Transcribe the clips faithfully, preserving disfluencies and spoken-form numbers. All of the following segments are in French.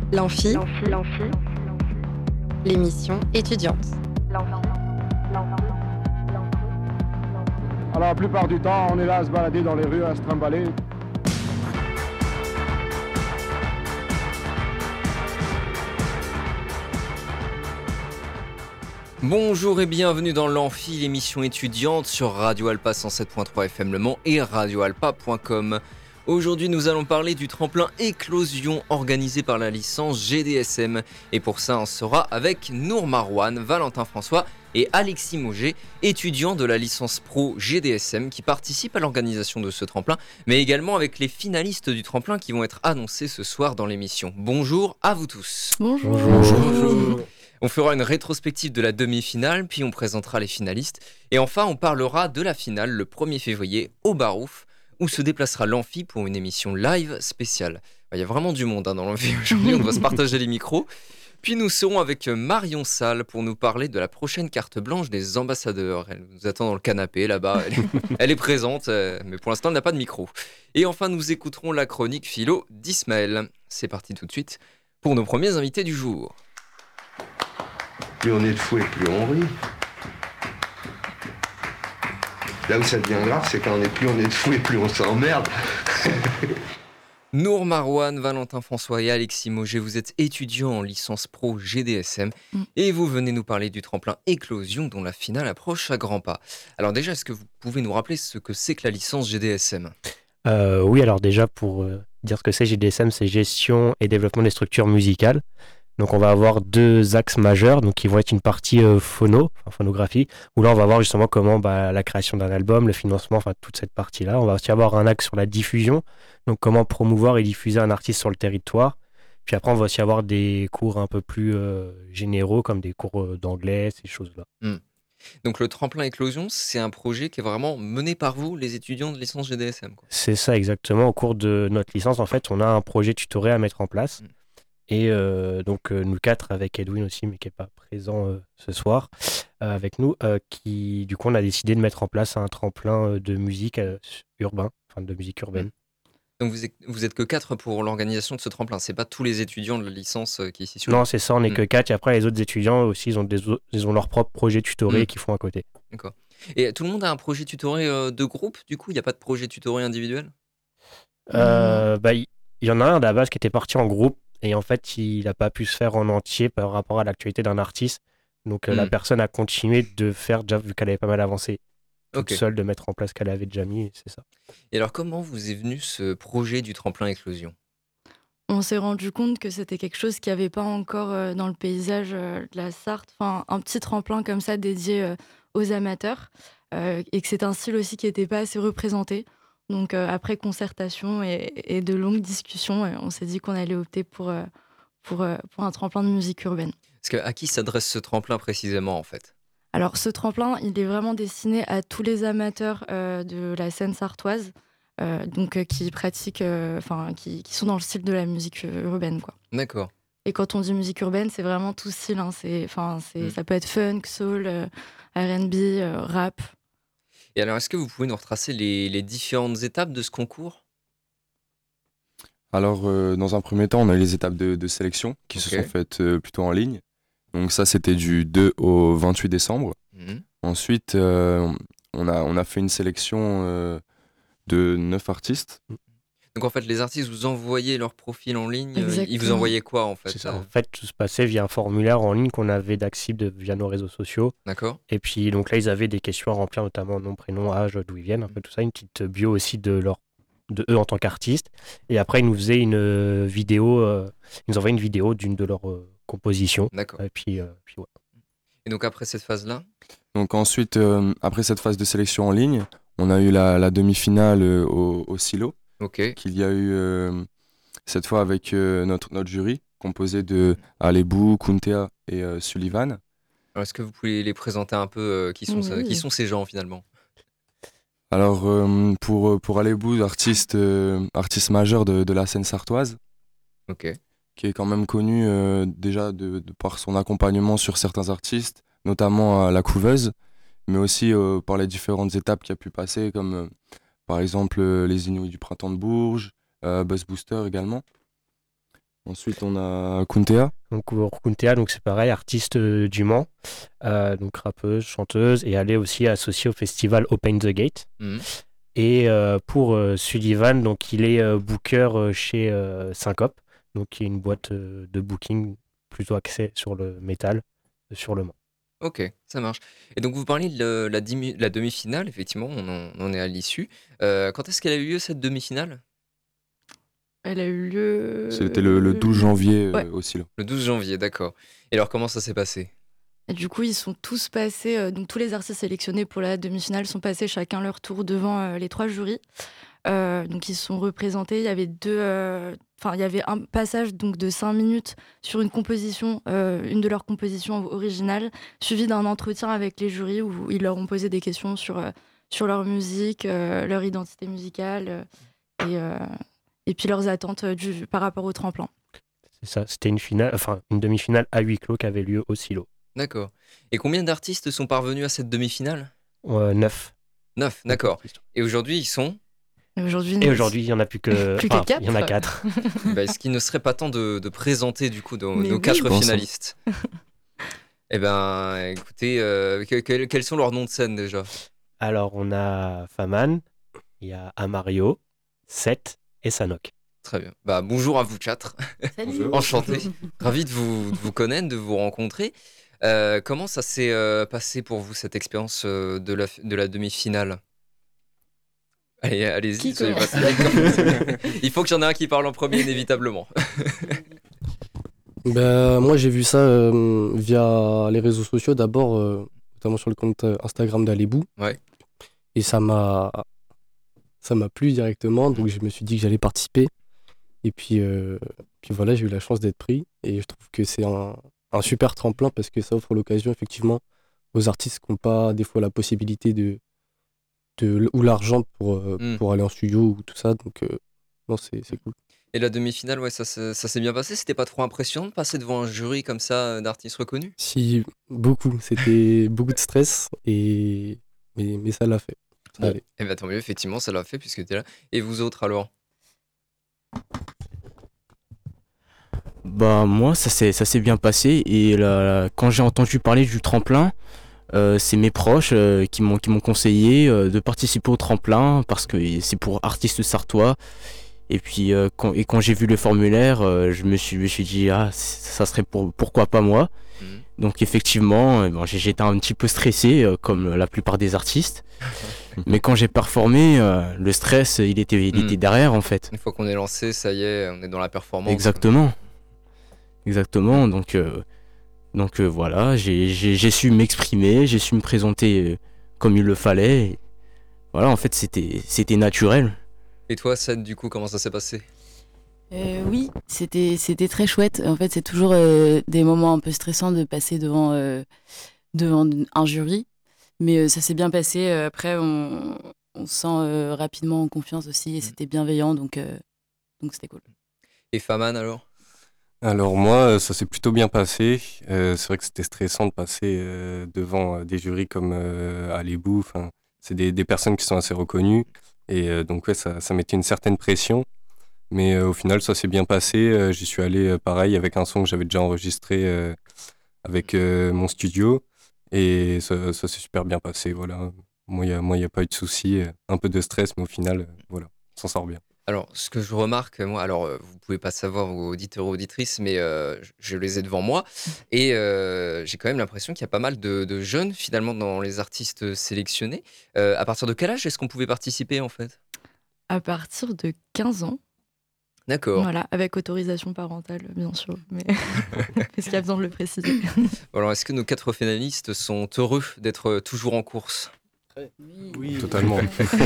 L'Amphi, l'émission étudiante. Alors la plupart du temps, on est là à se balader dans les rues, à se trimballer. Bonjour et bienvenue dans l'Amphi, l'émission étudiante sur Radio Alpa cent sept point trois F M Le Mans et radio alpa point com. Aujourd'hui, nous allons parler du tremplin Éclosion organisé par la licence G D S M. Et pour ça, on sera avec Nour Marouane, Valentin François et Alexis Mauger, étudiants de la licence pro G D S M qui participent à l'organisation de ce tremplin, mais également avec les finalistes du tremplin qui vont être annoncés ce soir dans l'émission. Bonjour à vous tous. Bonjour. Bonjour. Bonjour. On fera une rétrospective de la demi-finale, puis on présentera les finalistes. Et enfin, on parlera de la finale le premier février au Barouf, où se déplacera l'Amphi pour une émission live spéciale. Il y a vraiment du monde hein, dans l'Amphi aujourd'hui, on va se partager les micros. Puis nous serons avec Marion Salle pour nous parler de la prochaine carte blanche des ambassadeurs. Elle nous attend dans le canapé là-bas, elle est, elle est présente, mais pour l'instant elle n'a pas de micro. Et enfin nous écouterons la chronique philo d'Ismaël. C'est parti tout de suite pour nos premiers invités du jour. Plus on est de fou et plus on rit. Là où ça devient grave, c'est quand on est plus on est de fou et plus on s'emmerde. Nour Marouane, Valentin François et Alexis Mauger, vous êtes étudiants en licence pro G D S M mm. et vous venez nous parler du tremplin Éclosion dont la finale approche à grands pas. Alors déjà, est-ce que vous pouvez nous rappeler ce que c'est que la licence G D S M ? euh, Oui, alors déjà pour euh, dire ce que c'est G D S M, c'est gestion et développement des structures musicales. Donc on va avoir deux axes majeurs, donc qui vont être une partie euh, phono, enfin, phonographie, où là on va voir justement comment bah, la création d'un album, le financement, enfin toute cette partie-là. On va aussi avoir un axe sur la diffusion, donc comment promouvoir et diffuser un artiste sur le territoire. Puis après on va aussi avoir des cours un peu plus euh, généraux, comme des cours euh, d'anglais, ces choses-là. Mmh. Donc le tremplin Éclosion, c'est un projet qui est vraiment mené par vous, les étudiants de licence G D S M, quoi. C'est ça exactement. Au cours de notre licence, en fait, on a un projet tutoré à mettre en place. Mmh. Et euh, donc euh, nous quatre avec Edwin aussi, mais qui n'est pas présent euh, ce soir euh, avec nous, euh, qui du coup on a décidé de mettre en place un tremplin euh, de musique euh, urbain, enfin de musique urbaine. Donc vous êtes, vous êtes que quatre pour l'organisation de ce tremplin, c'est pas tous les étudiants de la licence euh, qui s'y suivent. Non, c'est ça, on n'est mmh. que quatre, et après les autres étudiants aussi, ils ont, des, ils ont leur propre projet tutoré mmh. qu'ils font à côté. D'accord. Et tout le monde a un projet tutoré euh, de groupe, du coup, il n'y a pas de projet tutoré individuel ? euh, Bah, il y, y en a un à la base qui était parti en groupe. Et en fait, il n'a pas pu se faire en entier par rapport à l'actualité d'un artiste. Donc, euh, mmh. la personne a continué de faire, déjà vu qu'elle avait pas mal avancé, toute okay. seule, de mettre en place ce qu'elle avait déjà mis, c'est ça. Et alors, comment vous est venu ce projet du tremplin Éclosion ? On s'est rendu compte que c'était quelque chose qu'il n'y avait pas encore euh, dans le paysage euh, de la Sarthe. Enfin, un petit tremplin comme ça dédié euh, aux amateurs. Euh, et que c'est un style aussi qui n'était pas assez représenté. Donc euh, après concertation et, et de longues discussions, euh, on s'est dit qu'on allait opter pour, euh, pour, euh, pour un tremplin de musique urbaine. Parce que, à qui s'adresse ce tremplin précisément en fait ? Alors ce tremplin, il est vraiment destiné à tous les amateurs euh, de la scène sartoise, euh, donc euh, qui pratiquent, enfin euh, qui, qui sont dans le style de la musique urbaine, quoi. D'accord. Et quand on dit musique urbaine, c'est vraiment tout style. Hein, c'est, c'est, mmh. Ça peut être funk, soul, euh, R and B, euh, rap. Et alors, est-ce que vous pouvez nous retracer les, les différentes étapes de ce concours ? Alors, euh, dans un premier temps, on a eu les étapes de, de sélection qui okay. se sont faites euh, plutôt en ligne. Donc ça, c'était du deux au vingt-huit décembre. Mmh. Ensuite, euh, on, a, on a fait une sélection euh, de neuf artistes. Donc en fait, les artistes vous envoyaient leur profil en ligne. Exactement. Ils vous envoyaient quoi en fait ? C'est ça. En fait, tout se passait via un formulaire en ligne qu'on avait d'accessible via nos réseaux sociaux. D'accord. Et puis donc là, ils avaient des questions à remplir, notamment nom, prénom, âge, d'où ils viennent, un peu tout ça, une petite bio aussi de leur, de eux en tant qu'artistes. Et après, ils nous faisaient une vidéo, euh, ils nous envoyaient une vidéo d'une de leurs euh, compositions. D'accord. Et puis, euh, puis ouais. Et donc après cette phase-là ? Donc ensuite, euh, après cette phase de sélection en ligne, on a eu la, la demi-finale euh, au, au Silo. Okay. Qu'il y a eu euh, cette fois avec euh, notre, notre jury composé de Alebou, Kuntea et euh, Sullivan. Alors, est-ce que vous pouvez les présenter un peu euh, qui, sont, oui. qui sont ces gens finalement ? Alors euh, pour, pour Alebou, artiste, euh, artiste majeur de, de la scène sartoise, okay. qui est quand même connu euh, déjà de, de par son accompagnement sur certains artistes, notamment à La Couveuse, mais aussi euh, par les différentes étapes qu'il a pu passer comme... Euh, Par exemple, euh, les Inuits du Printemps de Bourges, euh, Buzz Booster également. Ensuite, on a Kuntea. Donc Kuntea, donc c'est pareil, artiste euh, du Mans, euh, donc rappeuse, chanteuse, et elle est aussi associée au festival Open the Gate. Mmh. Et euh, pour euh, Sullivan, donc il est euh, booker euh, chez euh, Syncope, donc qui est une boîte euh, de booking plutôt axée sur le métal, euh, sur le Mans. Ok, ça marche. Et donc vous parlez de la, demi- la demi-finale, effectivement, on en, on en est à l'issue. Euh, quand est-ce qu'elle a eu lieu cette demi-finale? Elle a eu lieu. C'était le, le douze janvier euh, Ouais. au Silo. Le douze janvier, d'accord. Et alors comment ça s'est passé? Et du coup, ils sont tous passés, euh, donc tous les artistes sélectionnés pour la demi-finale sont passés chacun leur tour devant euh, les trois jurys. Euh, donc ils sont représentés. Il y avait deux, enfin euh, il y avait un passage donc de cinq minutes sur une composition, euh, une de leurs compositions originales, suivi d'un entretien avec les jurys où ils leur ont posé des questions sur euh, sur leur musique, euh, leur identité musicale euh, et euh, et puis leurs attentes euh, du, par rapport au tremplin. C'est ça. C'était une finale, enfin une demi-finale à huis clos qui avait lieu au Silo. D'accord. Et combien d'artistes sont parvenus à cette demi-finale? euh, Neuf. Neuf, d'accord. Et aujourd'hui, ils sont? Et aujourd'hui, Et aujourd'hui, il n'y en a plus que, plus enfin, que quatre. Il y en a quatre. Bah, est-ce qu'il ne serait pas temps de, de présenter du coup nos, nos oui, quatre pense. finalistes? Eh ben, écoutez, euh, que- que- quels sont leurs noms de scène déjà? Alors, on a Faman, il y a Amario, Seth et Sanok. Très bien. Bah, bonjour à vous quatre. Salut. Enchanté. Ravi de vous, de vous connaître, de vous rencontrer. Euh, comment ça s'est euh, passé pour vous cette expérience euh, de la, de la demi-finale? Allez, allez-y. Qui soyez commence pas- Il faut qu'il y en ait un qui parle en premier, inévitablement. Ben, moi, j'ai vu ça euh, via les réseaux sociaux d'abord, euh, notamment sur le compte Instagram d'Alebou. Ouais. Et ça m'a, ça m'a plu directement, donc je me suis dit que j'allais participer. Et puis, euh, puis voilà, j'ai eu la chance d'être pris. Et je trouve que c'est un, un super tremplin parce que ça offre l'occasion, effectivement, aux artistes qui n'ont pas des fois la possibilité de, de ou l'argent pour, euh, Mm. pour aller en studio ou tout ça. Donc, euh, non, c'est, c'est cool. Et la demi-finale, ouais, ça, ça, ça s'est bien passé. C'était pas trop impressionnant de passer devant un jury comme ça euh, d'artistes reconnus? Si, beaucoup. C'était beaucoup de stress, et... mais, mais ça l'a fait. Ça Bon. allait. Eh bien, tant mieux, effectivement, ça l'a fait puisque tu es là. Et vous autres alors? Bah moi ça s'est ça s'est bien passé et là, quand j'ai entendu parler du tremplin, euh, c'est mes proches euh, qui m'ont qui m'ont conseillé euh, de participer au tremplin parce que c'est pour artistes sartois. Et puis euh, quand et quand j'ai vu le formulaire, euh, je me suis je me suis dit ah ça serait pour pourquoi pas moi. Mhm. Donc effectivement, euh, bon, j'ai- j'étais un petit peu stressé euh, comme la plupart des artistes. Mais quand j'ai performé, euh, le stress il était il Mhm. était derrière en fait. Une fois qu'on est lancé, ça y est, on est dans la performance. Exactement. Exactement. Donc, euh, donc euh, voilà, j'ai, j'ai, j'ai su m'exprimer, j'ai su me présenter euh, comme il le fallait. Et voilà, en fait, c'était, c'était naturel. Et toi, Seth, du coup, comment ça s'est passé? Euh, oui, c'était c'était très chouette. En fait, c'est toujours euh, des moments un peu stressants de passer devant euh, devant un jury, mais euh, ça s'est bien passé. Euh, Après, on, on se sent euh, rapidement en confiance aussi, et c'était bienveillant, donc euh, donc c'était cool. Et Faman alors? Alors moi, euh, ça s'est plutôt bien passé. Euh, c'est vrai que c'était stressant de passer euh, devant euh, des jurys comme euh, Alebou. Enfin, c'est des, des personnes qui sont assez reconnues. Et euh, donc ouais, ça, ça mettait une certaine pression. Mais euh, au final, ça s'est bien passé. Euh, j'y suis allé euh, pareil avec un son que j'avais déjà enregistré euh, avec euh, mon studio. Et ça, ça s'est super bien passé. Voilà. Moi, il n'y a, moi, y a pas eu de souci. Un peu de stress, mais au final, euh, voilà, on s'en sort bien. Alors, ce que je remarque, moi, alors, euh, vous pouvez pas savoir, vos auditeurs ou auditrices, mais euh, je- je les ai devant moi. Et euh, j'ai quand même l'impression qu'il y a pas mal de, de jeunes, finalement, dans les artistes sélectionnés. Euh, à partir de quel âge est-ce qu'on pouvait participer, en fait? À partir de quinze ans. D'accord. Voilà, avec autorisation parentale, bien sûr, mais parce qu'il y a besoin de le préciser. Alors, est-ce que nos quatre finalistes sont heureux d'être toujours en course? Oui, totalement.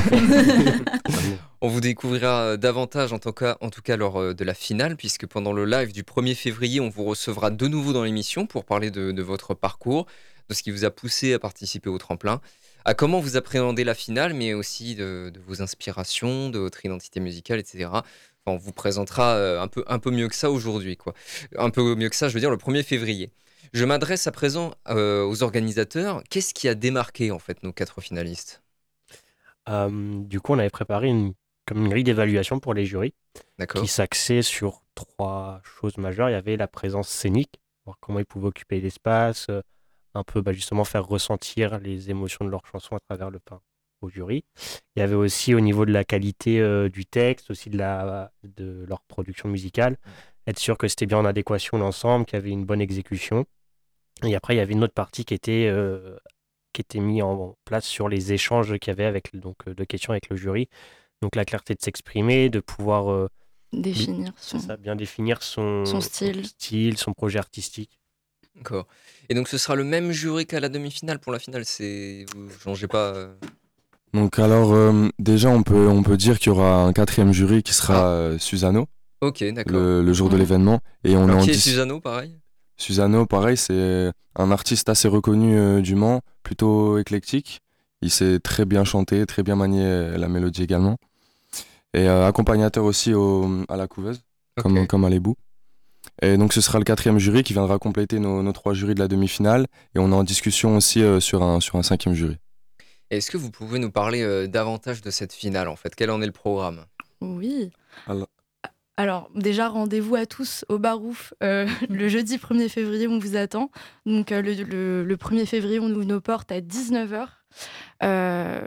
On vous découvrira davantage, en tout cas, en tout cas lors euh, de la finale, puisque pendant le live du premier février, on vous recevra de nouveau dans l'émission pour parler de, de votre parcours, de ce qui vous a poussé à participer au tremplin, à comment vous appréhendez la finale, mais aussi de, de vos inspirations, de votre identité musicale, et cetera. Enfin, on vous présentera euh, un peu, un peu mieux que ça aujourd'hui, quoi. Un peu mieux que ça, je veux dire, le premier février. Je m'adresse à présent euh, aux organisateurs. Qu'est-ce qui a démarqué, en fait, nos quatre finalistes? Euh, du coup, on avait préparé une comme une grille d'évaluation pour les jurys D'accord. qui s'axait sur trois choses majeures. Il y avait la présence scénique, voir comment ils pouvaient occuper l'espace, euh, un peu bah, justement faire ressentir les émotions de leur chanson à travers le pain au jury. Il y avait aussi au niveau de la qualité euh, du texte, aussi de, la, de leur production musicale, être sûr que c'était bien en adéquation l'ensemble, qu'il y avait une bonne exécution. Et après, il y avait une autre partie qui était, euh, qui était mise en place sur les échanges qu'il y avait avec, donc, euh, de questions avec le jury. Donc la clarté de s'exprimer, de pouvoir euh, définir son... ça, bien définir son, son style. son style, son projet artistique. D'accord. Et donc ce sera le même jury qu'à la demi-finale pour la finale, c'est vous changez pas euh... Donc alors euh, déjà on peut on peut dire qu'il y aura un quatrième jury qui sera ah. euh, Susano. Ok, d'accord. Le, le jour ouais. de l'événement et on alors, est qui en est dis... Susano pareil. Susano pareil, c'est un artiste assez reconnu euh, du Mans, plutôt éclectique. Il sait très bien chanter, très bien manier la mélodie également. Et euh, accompagnateur aussi au, à la couveuse, okay. comme, comme à l'ébout. Et donc ce sera le quatrième jury qui viendra compléter nos, nos trois jurys de la demi-finale. Et on est en discussion aussi euh, sur, un, sur un cinquième jury. Est-ce que vous pouvez nous parler euh, davantage de cette finale en fait? Quel en est le programme? Oui. Alors, Alors déjà, rendez-vous à tous au Barouf euh, le jeudi premier février, on vous attend. Donc euh, le, le, le premier février, on ouvre nos portes à dix-neuf heures. Euh,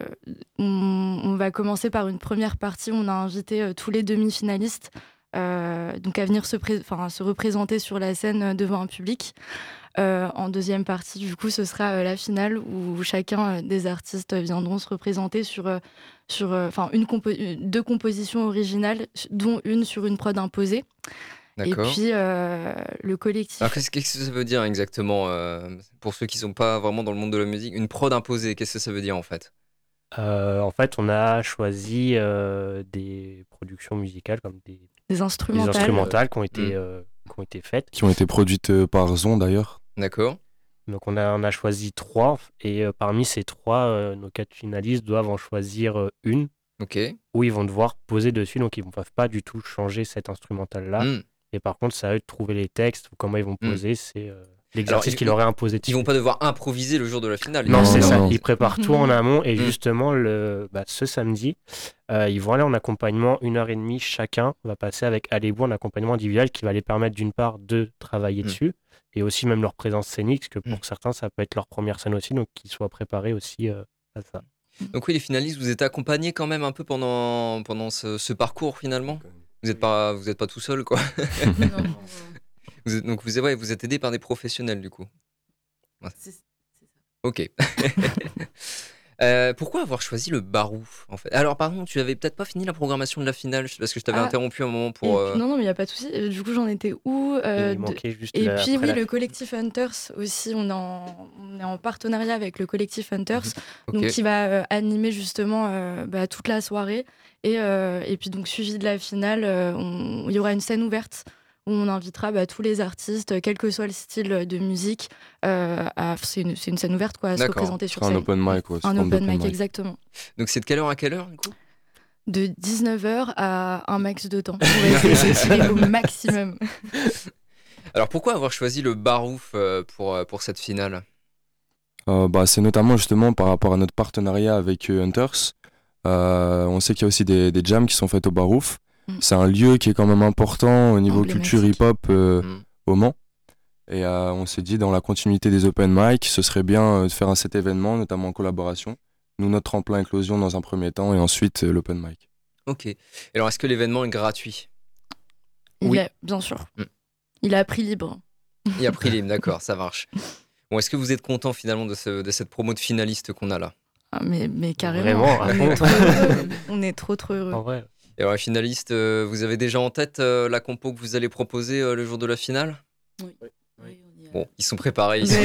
on, on va commencer par une première partie. On a invité euh, tous les demi-finalistes euh, donc à venir se, pré- se représenter sur la scène euh, devant un public. Euh, en deuxième partie, du coup, ce sera euh, la finale où chacun euh, des artistes viendront se représenter sur, euh, sur euh, une compo- deux compositions originales, dont une sur une prod imposée. D'accord. Et puis euh, le collectif. Alors qu'est-ce que ça veut dire exactement euh, pour ceux qui ne sont pas vraiment dans le monde de la musique? Une prod imposée, qu'est-ce que ça veut dire en fait? euh, En fait, on a choisi euh, des productions musicales comme des, des instrumentales, des instrumentales qui ont été, mmh. euh, qui ont été faites. Qui ont été produites par Zon d'ailleurs. D'accord. Donc on a, on a choisi trois et euh, parmi ces trois, euh, nos quatre finalistes doivent en choisir euh, une. Ok. Où ils vont devoir poser dessus, donc ils ne peuvent pas du tout changer cet instrumental-là. Mmh. Et par contre, c'est à eux de trouver les textes ou comment ils vont poser. Mmh. C'est euh, l'exercice qu'ils auraient imposé dessus. Ils vont pas devoir improviser le jour de la finale. Non, c'est non, ça. non. Ils préparent tout en amont. Et mmh. justement, le, bah, ce samedi, euh, ils vont aller en accompagnement une heure et demie chacun. On va passer avec Alébou en accompagnement individuel qui va les permettre d'une part de travailler mmh. dessus et aussi même leur présence scénique, parce que pour mmh. certains, ça peut être leur première scène aussi, donc qu'ils soient préparés aussi euh, à ça. Donc oui, les finalistes, vous êtes accompagnés quand même un peu pendant, pendant ce, ce parcours finalement. Vous n'êtes pas, vous êtes pas tout seul, quoi. Non. Vous êtes, donc vous êtes, ouais, vous êtes aidé par des professionnels, du coup. Ouais. C'est, c'est ça. Ok. euh, pourquoi avoir choisi le Barouf, en fait? Alors, pardon, tu avais peut-être pas fini la programmation de la finale, parce que je t'avais ah, interrompu un moment pour... Euh... Puis, non, non, mais il n'y a pas de souci. Du coup, j'en étais où euh, Il manquait juste Et la, puis, oui, la... le collectif Hunters aussi, on est en, on est en partenariat avec le collectif Hunters, mmh. donc okay. qui va euh, animer justement euh, bah, toute la soirée. Et, euh, et puis, donc, suivi de la finale, euh, on... il y aura une scène ouverte où on invitera bah, tous les artistes, quel que soit le style de musique. Euh, à... c'est, une, c'est une scène ouverte, quoi, à D'accord. se représenter sur un scène. Open mic, ouais, un open mic, mic, exactement. Donc, c'est de quelle heure à quelle heure, du coup? De dix-neuf heures à un max de temps. On va essayer au maximum. Alors, pourquoi avoir choisi le Barouf pour, pour cette finale? euh, bah, C'est notamment justement par rapport à notre partenariat avec euh, Hunters. Euh, on sait qu'il y a aussi des, des jams qui sont faits au Barouf. Mm. C'est un lieu qui est quand même important au niveau culture hip-hop euh, mm. au Mans. Et euh, on s'est dit, dans la continuité des open mic, ce serait bien de faire un, cet événement, notamment en collaboration. Nous, notre tremplin éclosion dans un premier temps et ensuite euh, l'open mic. Ok. Et alors, est-ce que l'événement est gratuit? Il oui. est, bien sûr. Mm. Il est à prix libre. Il est à prix libre, d'accord, ça marche. Bon, est-ce que vous êtes content finalement de, ce, de cette promo de finaliste qu'on a là? Ah, mais, mais carrément. Vraiment, on, est trop heureux. On est trop trop heureux. En vrai. Et alors, les finalistes, euh, vous avez déjà en tête euh, la compo que vous allez proposer euh, le jour de la finale? Oui. oui. oui on y a... Bon, ils sont préparés. Ils sont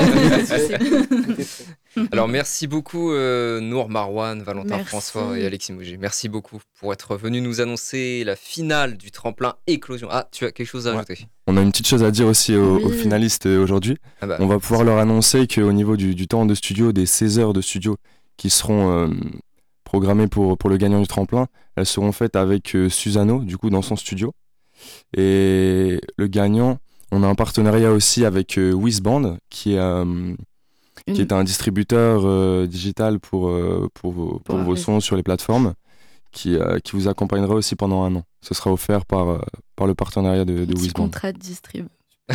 Alors, merci beaucoup euh, Nour, Marwan, Valentin, merci. François et Alexis Mouget. Merci beaucoup pour être venus nous annoncer la finale du tremplin Éclosion. Ah, tu as quelque chose à ouais. ajouter? On a une petite chose à dire aussi aux, oui. aux finalistes aujourd'hui. Ah bah, on va pouvoir leur annoncer qu'au niveau du, du temps de studio, des seize heures de studio qui seront euh, programmées pour, pour le gagnant du tremplin, elles seront faites avec euh, Susano, du coup, dans son studio. Et le gagnant, on a un partenariat aussi avec euh, Wizband, qui est, euh, qui est un distributeur euh, digital pour, euh, pour, vos, pour, pour vos sons sur les plateformes, qui, euh, qui vous accompagnera aussi pendant un an. Ce sera offert par, euh, par le partenariat de, de Petit Wisband. contrat de distrib.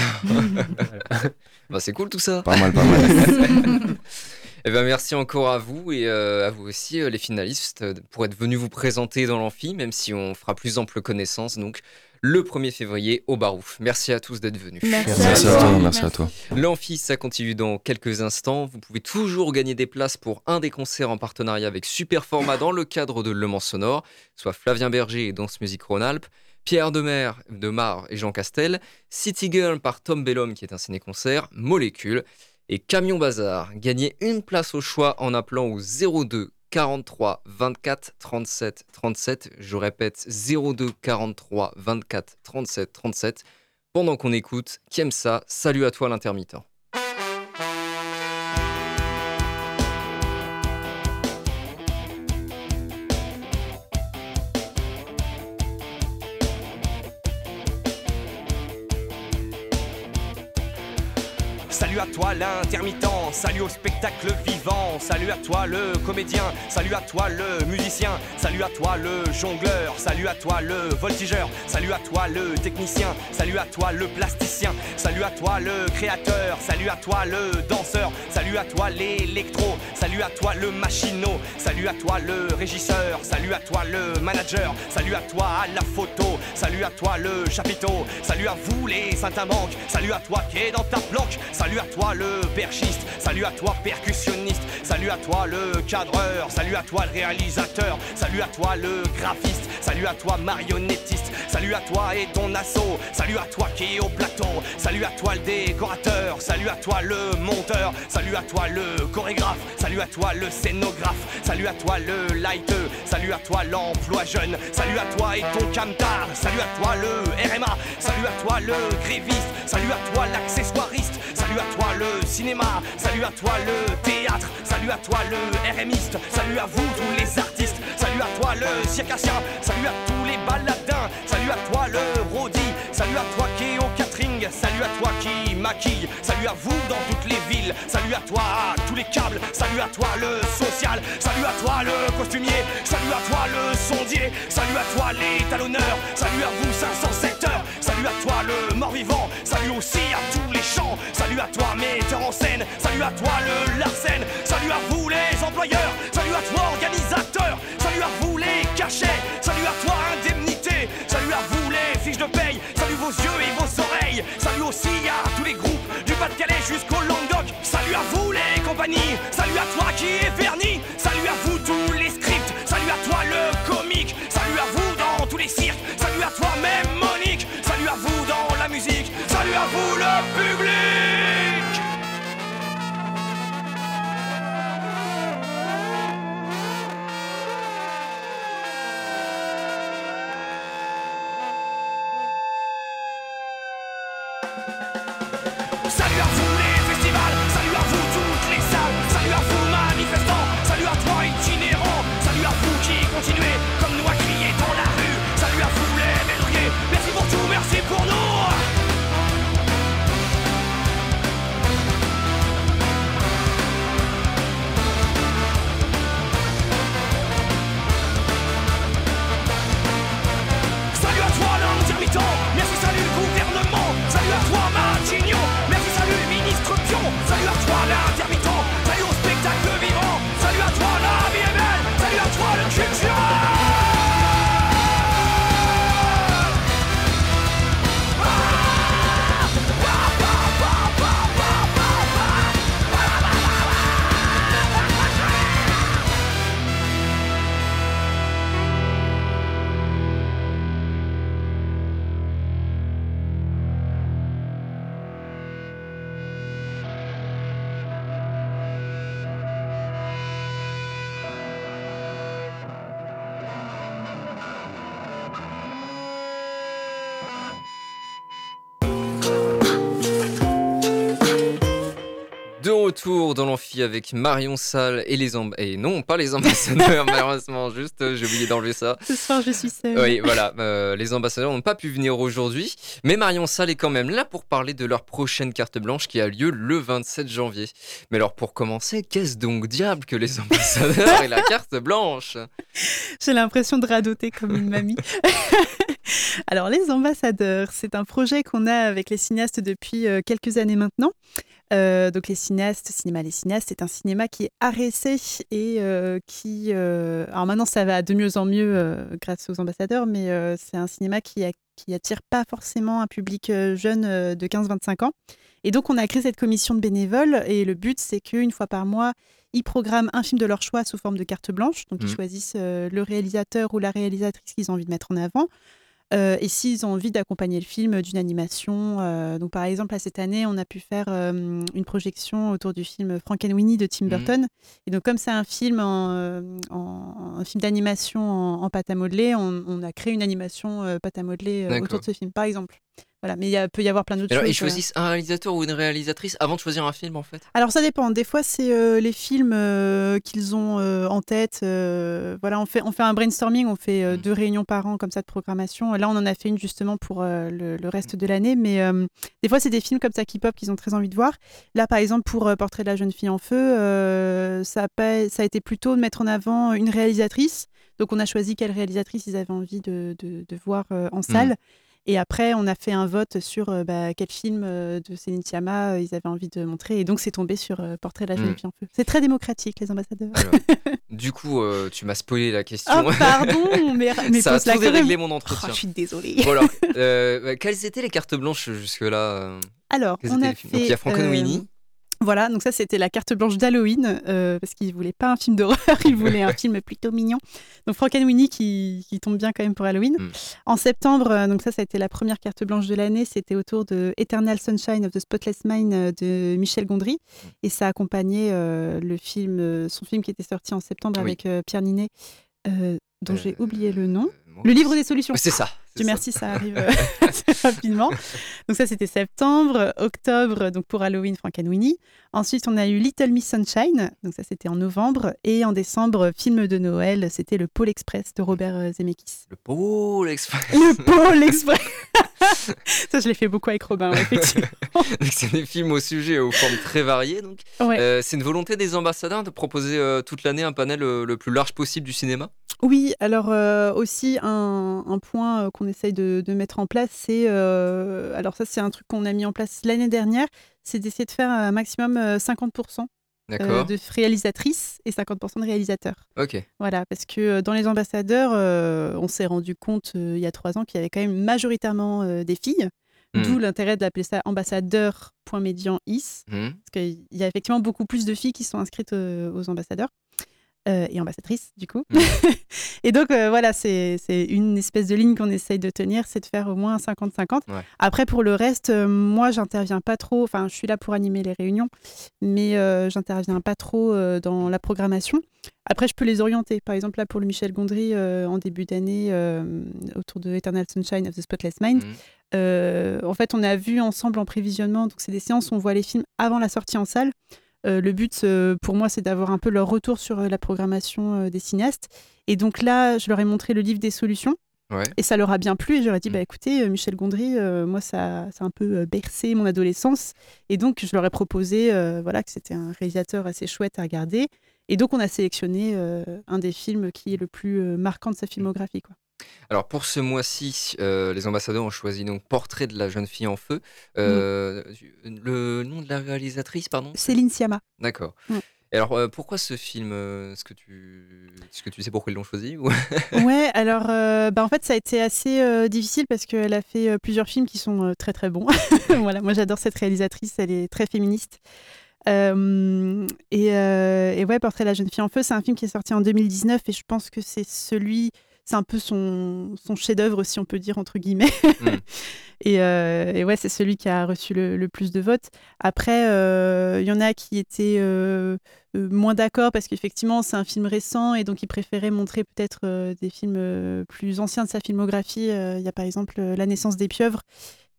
Bah, c'est cool tout ça. Pas mal, pas mal. Eh ben, merci encore à vous et euh, à vous aussi, euh, les finalistes, euh, pour être venus vous présenter dans l'amphi, même si on fera plus ample connaissance, donc le premier février au Barouf. Merci à tous d'être venus. Merci, Merci à toi. Merci à toi. L'amphi, ça continue dans quelques instants. Vous pouvez toujours gagner des places pour un des concerts en partenariat avec Superformat dans le cadre de Le Mans Sonore, soit Flavien Berger et Danse Musique Rhône-Alpes, Pierre Demer, de Mar et Jean Castel, City Girl par Tom Bellum qui est un ciné-concert, Molécule et Camion Bazar. Gagnez une place au choix en appelant au zéro deux quarante-trois vingt-quatre trente-sept trente-sept. Je répète zéro deux quarante-trois vingt-quatre trente-sept trente-sept. Pendant qu'on écoute Kiemsa, salut à toi l'intermittent. Salut à toi l'intermittent, salut au spectacle vivant, salut à toi le comédien, salut à toi le musicien, salut à toi le jongleur, salut à toi le voltigeur, salut à toi le technicien, salut à toi le plasticien, salut à toi le créateur, salut à toi le danseur, salut à toi l'électro, salut à toi le machinot, salut à toi le régisseur, salut à toi le manager, salut à toi à la photo, salut à toi le chapiteau, salut à vous les saltimbanques, salut à toi qui est dans ta planque, salut à toi le perchiste, salut à toi percussionniste, salut à toi le cadreur, salut à toi le réalisateur, salut à toi le graphiste, salut à toi marionnettiste, salut à toi et ton assaut, salut à toi qui est au plateau, salut à toi le décorateur, salut à toi le monteur, salut à toi le chorégraphe, salut à toi le scénographe, salut à toi le lighteux, salut à toi l'emploi jeune, salut à toi et ton camtar, salut à toi le R M A, salut à toi le gréviste, salut à toi l'accessoiriste, salut à toi le cinéma, salut à toi le théâtre, salut à toi le RMiste, salut à vous tous les artistes, salut à toi le circassien, salut à tous les baladins, salut à toi le rodi, salut à toi qui est au catering, salut à toi qui maquille, salut à vous dans toutes les villes, salut à toi à tous les câbles, salut à toi le social, salut à toi le costumier, salut à toi le sondier, salut à toi les talonneurs, salut à vous cinq cent sept heures, salut à toi le mort-vivant, salut aussi à tous les chants, salut à toi metteur en scène, salut à toi le Larsen, salut à vous les employeurs, salut à toi organisateur, salut à vous les cachets, salut à toi indemnité, salut à vous les fiches de paye, salut vos yeux et vos oreilles, salut aussi à tous les groupes du Pas-de-Calais jusqu'au Languedoc, salut à vous les compagnies, salut à toi qui est verni, salut à vous tous les scripts, salut à toi le comique, salut à vous dans tous les cirques, salut à toi même Monique, salut à vous dans la musique, salut à vous le public. Salut à vous les festivals, salut à vous toutes les salles, salut à vous manifestants, retour dans l'amphi avec Marion Salle et les amb... et non pas les ambassadeurs malheureusement, juste euh, j'ai oublié d'enlever ça. Ce soir je suis seule. Oui voilà, euh, les ambassadeurs n'ont pas pu venir aujourd'hui, mais Marion Salle est quand même là pour parler de leur prochaine carte blanche qui a lieu le vingt-sept janvier. Mais alors pour commencer, qu'est-ce donc diable que les ambassadeurs et la carte blanche? J'ai l'impression de radoter comme une mamie. Alors les ambassadeurs, c'est un projet qu'on a avec les cinéastes depuis euh, quelques années maintenant. Euh, donc les cinéastes, Cinéma Les Cinéastes, c'est un cinéma qui est A R C et euh, qui... Euh, alors maintenant ça va de mieux en mieux euh, grâce aux ambassadeurs, mais euh, c'est un cinéma qui, a, qui attire pas forcément un public euh, jeune euh, de quinze à vingt-cinq ans. Et donc on a créé cette commission de bénévoles et le but c'est qu'une fois par mois, ils programment un film de leur choix sous forme de carte blanche. Donc mmh. ils choisissent euh, le réalisateur ou la réalisatrice qu'ils ont envie de mettre en avant. Euh, et s'ils ont envie d'accompagner le film d'une animation. Euh, donc par exemple, là, cette année, on a pu faire euh, une projection autour du film Frankenweenie de Tim Burton. Mmh. Et donc comme c'est un film, en, en, un film d'animation en, en pâte à modeler, on, on a créé une animation euh, pâte à modeler euh, autour de ce film, par exemple. Voilà, mais il peut y avoir plein d'autres alors, choses. Ils choisissent un réalisateur ou une réalisatrice avant de choisir un film, en fait? Alors, ça dépend. Des fois, c'est euh, les films euh, qu'ils ont euh, en tête. Euh, voilà, on fait, on fait un brainstorming, on fait euh, mmh. deux réunions par an comme ça de programmation. Là, on en a fait une justement pour euh, le, le reste de l'année. Mais euh, des fois, c'est des films comme ça qui pop qu'ils ont très envie de voir. Là, par exemple, pour euh, Portrait de la jeune fille en feu, euh, ça, a pas, ça a été plutôt de mettre en avant une réalisatrice. Donc, on a choisi quelle réalisatrice ils avaient envie de, de, de voir euh, en salle. Mmh. Et après, on a fait un vote sur euh, bah, quel film euh, de Céline Sciamma euh, ils avaient envie de montrer. Et donc, c'est tombé sur euh, Portrait de la jeune mmh. fille en feu. C'est très démocratique, les ambassadeurs. Alors, du coup, euh, tu m'as spoilé la question. Oh, pardon, mais, mais ça a tout déréglé mon entretien. Oh, je suis désolée. Voilà. Euh, quelles étaient les cartes blanches jusque-là? Alors, on a fait... Donc, il y a Frankenweenie. Euh... Voilà, donc ça c'était la carte blanche d'Halloween, euh, parce qu'ils ne voulaient pas un film d'horreur, ils voulaient un film plutôt mignon. Donc Frankenweenie qui, qui tombe bien quand même pour Halloween. Mm. En septembre, donc ça ça a été la première carte blanche de l'année, c'était autour de Eternal Sunshine of the Spotless Mind de Michel Gondry. Mm. Et ça accompagnait euh, le film, son film qui était sorti en septembre oui. avec euh, Pierre Ninet, euh, dont euh... j'ai oublié le nom. Le livre des solutions. C'est ça. Dieu merci, ça arrive assez rapidement. Donc ça, c'était septembre. Octobre, donc pour Halloween, Frankenweenie. Ensuite, on a eu Little Miss Sunshine. Donc ça, c'était en novembre. Et en décembre, film de Noël, c'était le Pôle Express de Robert Zemeckis. Le Pôle Express. Le Pôle Express. Ça, je l'ai fait beaucoup avec Robin, effectivement. Donc, c'est des films au sujet aux formes très variées. Donc. Ouais. Euh, c'est une volonté des ambassadeurs de proposer euh, toute l'année un panel euh, le plus large possible du cinéma? Oui, alors euh, aussi un, un point qu'on essaye de, de mettre en place, c'est, euh, alors ça c'est un truc qu'on a mis en place l'année dernière, c'est d'essayer de faire un maximum cinquante pour cent euh, de réalisatrices et cinquante pour cent de réalisateurs. Ok. Voilà, parce que dans les ambassadeurs, euh, on s'est rendu compte euh, il y a trois ans qu'il y avait quand même majoritairement euh, des filles. Mmh. D'où l'intérêt de l'appeler ça ambassadeur.median.is. Mmh. Parce qu'il y a effectivement beaucoup plus de filles qui sont inscrites euh, aux ambassadeurs. Euh, et ambassadrice du coup. Mmh. Et donc euh, voilà, c'est, c'est une espèce de ligne qu'on essaye de tenir, c'est de faire au moins cinquante cinquante. Ouais. Après pour le reste, euh, moi j'interviens pas trop, enfin je suis là pour animer les réunions, mais euh, j'interviens pas trop euh, dans la programmation. Après je peux les orienter, par exemple là pour le Michel Gondry euh, en début d'année euh, autour de Eternal Sunshine of the Spotless Mind. Mmh. Euh, en fait on a vu ensemble en prévisionnement, donc c'est des séances où on voit les films avant la sortie en salle. Euh, le but, euh, pour moi, c'est d'avoir un peu leur retour sur euh, la programmation euh, des cinéastes. Et donc là, je leur ai montré le livre des solutions. Ouais. Et ça leur a bien plu. Et je leur ai dit, mmh. bah, écoutez, euh, Michel Gondry, euh, moi, ça, ça a un peu euh, bercé mon adolescence. Et donc, je leur ai proposé euh, voilà, que c'était un réalisateur assez chouette à regarder. Et donc, on a sélectionné euh, un des films qui est le plus euh, marquant de sa filmographie, quoi. Alors pour ce mois-ci, euh, les ambassadeurs ont choisi donc Portrait de la jeune fille en feu. Euh, mmh. Le nom de la réalisatrice, pardon? Céline Sciamma. D'accord. Mmh. Et alors euh, pourquoi ce film? Est-ce que tu, est-ce que tu sais pourquoi ils l'ont choisi ou... Ouais, alors euh, bah, en fait ça a été assez euh, difficile parce qu'elle a fait euh, plusieurs films qui sont euh, très très bons. Voilà, moi j'adore cette réalisatrice, elle est très féministe. Euh, et, euh, et ouais, Portrait de la jeune fille en feu, c'est un film qui est sorti en deux mille dix-neuf et je pense que c'est celui... C'est un peu son, son chef-d'œuvre, si on peut dire, entre guillemets. Mmh. et, euh, et ouais, c'est celui qui a reçu le, le plus de votes. Après, il euh, y en a qui étaient euh, euh, moins d'accord parce qu'effectivement, c'est un film récent et donc ils préféraient montrer peut-être euh, des films euh, plus anciens de sa filmographie. Il euh, y a par exemple La naissance des pieuvres,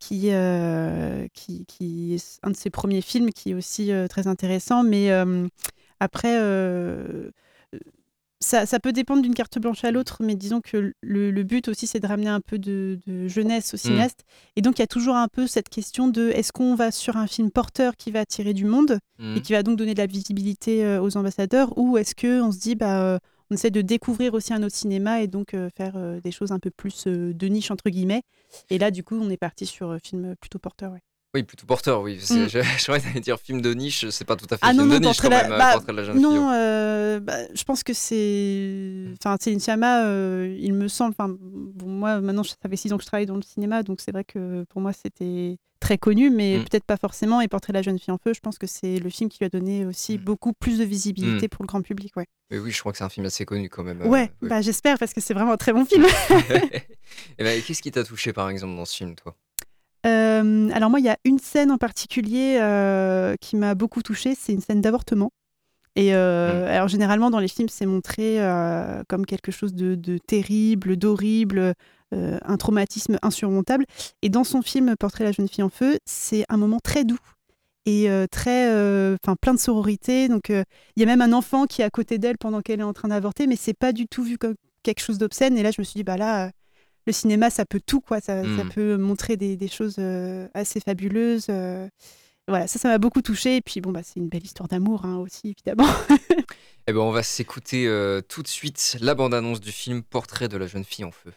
qui, euh, qui, qui est un de ses premiers films, qui est aussi euh, très intéressant. Mais euh, après, euh, ça, ça peut dépendre d'une carte blanche à l'autre, mais disons que le, le but aussi, c'est de ramener un peu de, de jeunesse au cinéaste. Mmh. Et donc, il y a toujours un peu cette question de est-ce qu'on va sur un film porteur qui va attirer du monde mmh. et qui va donc donner de la visibilité euh, aux ambassadeurs, ou est-ce qu'on se dit, bah, euh, on essaie de découvrir aussi un autre cinéma et donc euh, faire euh, des choses un peu plus euh, de niche, entre guillemets. Et là, du coup, on est parti sur un film plutôt porteur, ouais. Oui, plutôt porteur, oui. Mm. J'aurais d'aller dire film de niche, c'est pas tout à fait ah, film non, de non, niche quand la... même, bah, Portrait de la jeune non, fille. Non, euh, bah, je pense que c'est... Enfin, Céline Sciamma, euh, il me semble... Enfin, bon, moi, maintenant, ça fait six ans que je travaille dans le cinéma, donc c'est vrai que pour moi, c'était très connu, mais mm. peut-être pas forcément. Et Portrait de la jeune fille en feu, je pense que c'est le film qui lui a donné aussi mm. beaucoup plus de visibilité mm. pour le grand public, ouais. Mais oui, je crois que c'est un film assez connu quand même. Ouais, euh, bah, j'espère, parce que c'est vraiment un très bon film. Et bah, qu'est-ce qui t'a touché, par exemple, dans ce film, toi ? Euh, alors moi, il y a une scène en particulier euh, qui m'a beaucoup touchée, c'est une scène d'avortement. Et euh, mmh. alors généralement dans les films, c'est montré euh, comme quelque chose de, de terrible, d'horrible, euh, un traumatisme insurmontable. Et dans son film Portrait de la jeune fille en feu, c'est un moment très doux et euh, très, enfin euh, plein de sororité. Donc il euh, y a même un enfant qui est à côté d'elle pendant qu'elle est en train d'avorter, mais c'est pas du tout vu comme quelque chose d'obscène. Et là, je me suis dit bah là. Le cinéma, ça peut tout, quoi. Ça, mmh. ça peut montrer des, des choses euh, assez fabuleuses. Euh, voilà, ça, ça m'a beaucoup touchée. Et puis, bon, bah, c'est une belle histoire d'amour hein, aussi, évidemment. Eh ben, on va s'écouter euh, tout de suite la bande-annonce du film Portrait de la jeune fille en feu.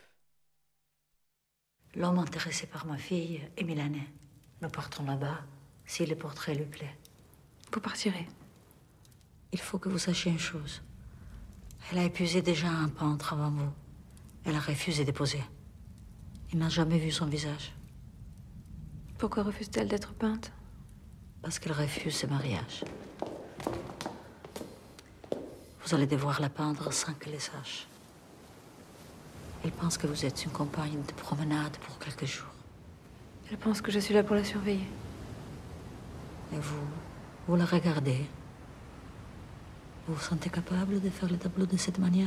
L'homme intéressé par ma fille est milanais. Nous partons là-bas si le portrait lui plaît. Vous partirez. Il faut que vous sachiez une chose. Elle a épuisé déjà un peintre avant vous. Elle a refusé de poser. Il n'a jamais vu son visage. Pourquoi refuse-t-elle d'être peinte ? Parce qu'elle refuse ce mariage. Vous allez devoir la peindre sans qu'elle le sache. Elle pense que vous êtes une compagne de promenade pour quelques jours. Elle pense que je suis là pour la surveiller. Et vous, vous la regardez. Vous vous sentez capable de faire le tableau de cette manière ?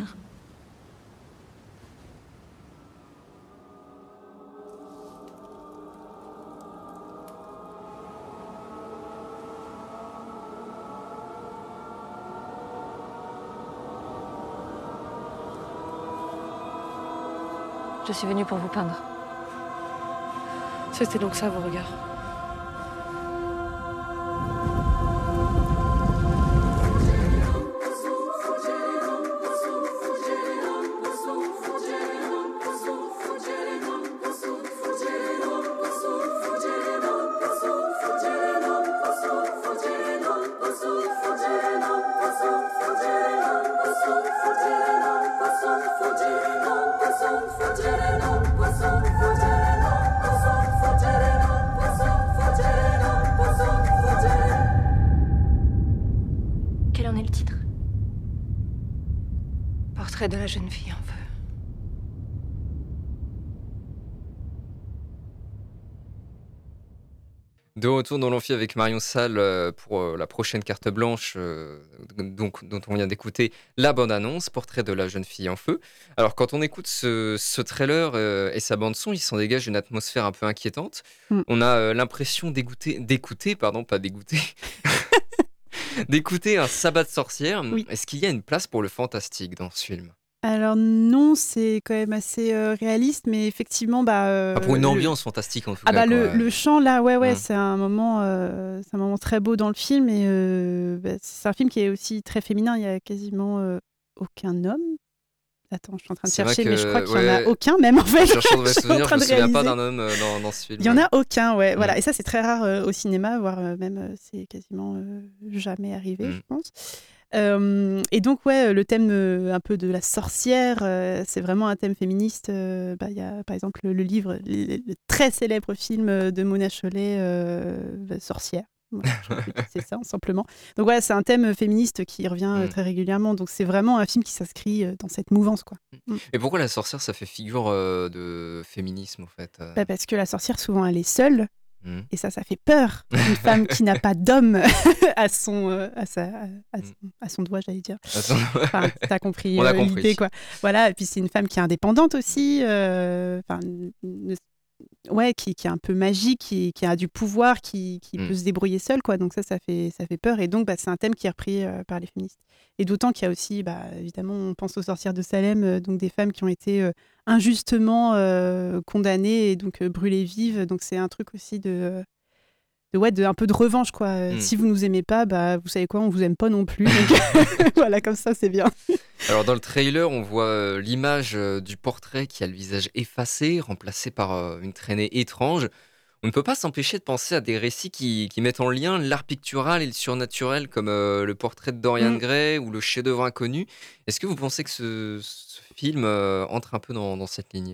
Je suis venue pour vous peindre. C'était donc ça, vos regards. Quel en est le titre ? Portrait de la jeune fille en feu. De retour dans l'amphi avec Marion Salle pour la prochaine carte blanche donc, dont on vient d'écouter la bande-annonce, Portrait de la jeune fille en feu. Alors quand on écoute ce, ce trailer euh, et sa bande-son, il s'en dégage une atmosphère un peu inquiétante. Mm. On a euh, l'impression d'écouter, d'écouter, pardon, pas d'écouter, d'écouter un sabbat de sorcière. Oui. Est-ce qu'il y a une place pour le fantastique dans ce film ? Alors non, c'est quand même assez euh, réaliste, mais effectivement, bah euh, ah, pour une ambiance le... fantastique en tout ah, cas. Ah bah le, quoi. le chant là, ouais ouais, mmh. c'est un moment, euh, c'est un moment très beau dans le film et euh, bah, c'est un film qui est aussi très féminin. Il y a quasiment euh, aucun homme. Attends, je suis en train de c'est chercher, que, mais je crois qu'il n'y ouais, en a aucun même en fait. Je cherche de souvenir, je ne me souviens pas d'un homme euh, dans, dans ce film. Il n'y en a aucun, ouais. Mmh. Voilà. Et ça, c'est très rare euh, au cinéma, voire euh, même euh, c'est quasiment euh, jamais arrivé, mmh. je pense. Euh, et donc, ouais, le thème euh, un peu de la sorcière, euh, c'est vraiment un thème féministe. Euh, bah, y a par exemple le, le livre, le, le très célèbre film de Mona Chollet, euh, Sorcière. Voilà, c'est ça, simplement. Donc voilà, c'est un thème féministe qui revient euh, très régulièrement. Donc c'est vraiment un film qui s'inscrit euh, dans cette mouvance, quoi. Mm. Et pourquoi la sorcière, ça fait figure euh, de féminisme, en fait euh... bah, Parce que la sorcière, souvent, elle est seule. Mmh. Et ça, ça fait peur. Une femme qui n'a pas d'homme à son, euh, à, sa, à, son, à son doigt, j'allais dire. Son... Enfin, t'as compris, On euh, a compris l'idée, quoi. Voilà, et puis c'est une femme qui est indépendante aussi. Euh, ouais, qui, qui est un peu magique, qui, qui a du pouvoir, qui, qui mm. peut se débrouiller seul, quoi. Donc ça, ça fait, ça fait peur. Et donc, bah, c'est un thème qui est repris euh, par les féministes. Et d'autant qu'il y a aussi, bah, évidemment, on pense aux sorcières de Salem, euh, donc des femmes qui ont été euh, injustement euh, condamnées et donc euh, brûlées vives. Donc c'est un truc aussi de... Euh, De, ouais, de un peu de revanche, quoi. Mm. Si vous nous aimez pas, bah, vous savez quoi, on vous aime pas non plus. Donc voilà, comme ça, c'est bien. Alors dans le trailer, on voit euh, l'image euh, du portrait qui a le visage effacé, remplacé par euh, une traînée étrange. On ne peut pas s'empêcher de penser à des récits qui, qui mettent en lien l'art pictural et le surnaturel, comme euh, le portrait de Dorian mm. Gray ou le chef-d'œuvre inconnu. Est-ce que vous pensez que ce, ce film euh, entre un peu dans, dans cette lignée ?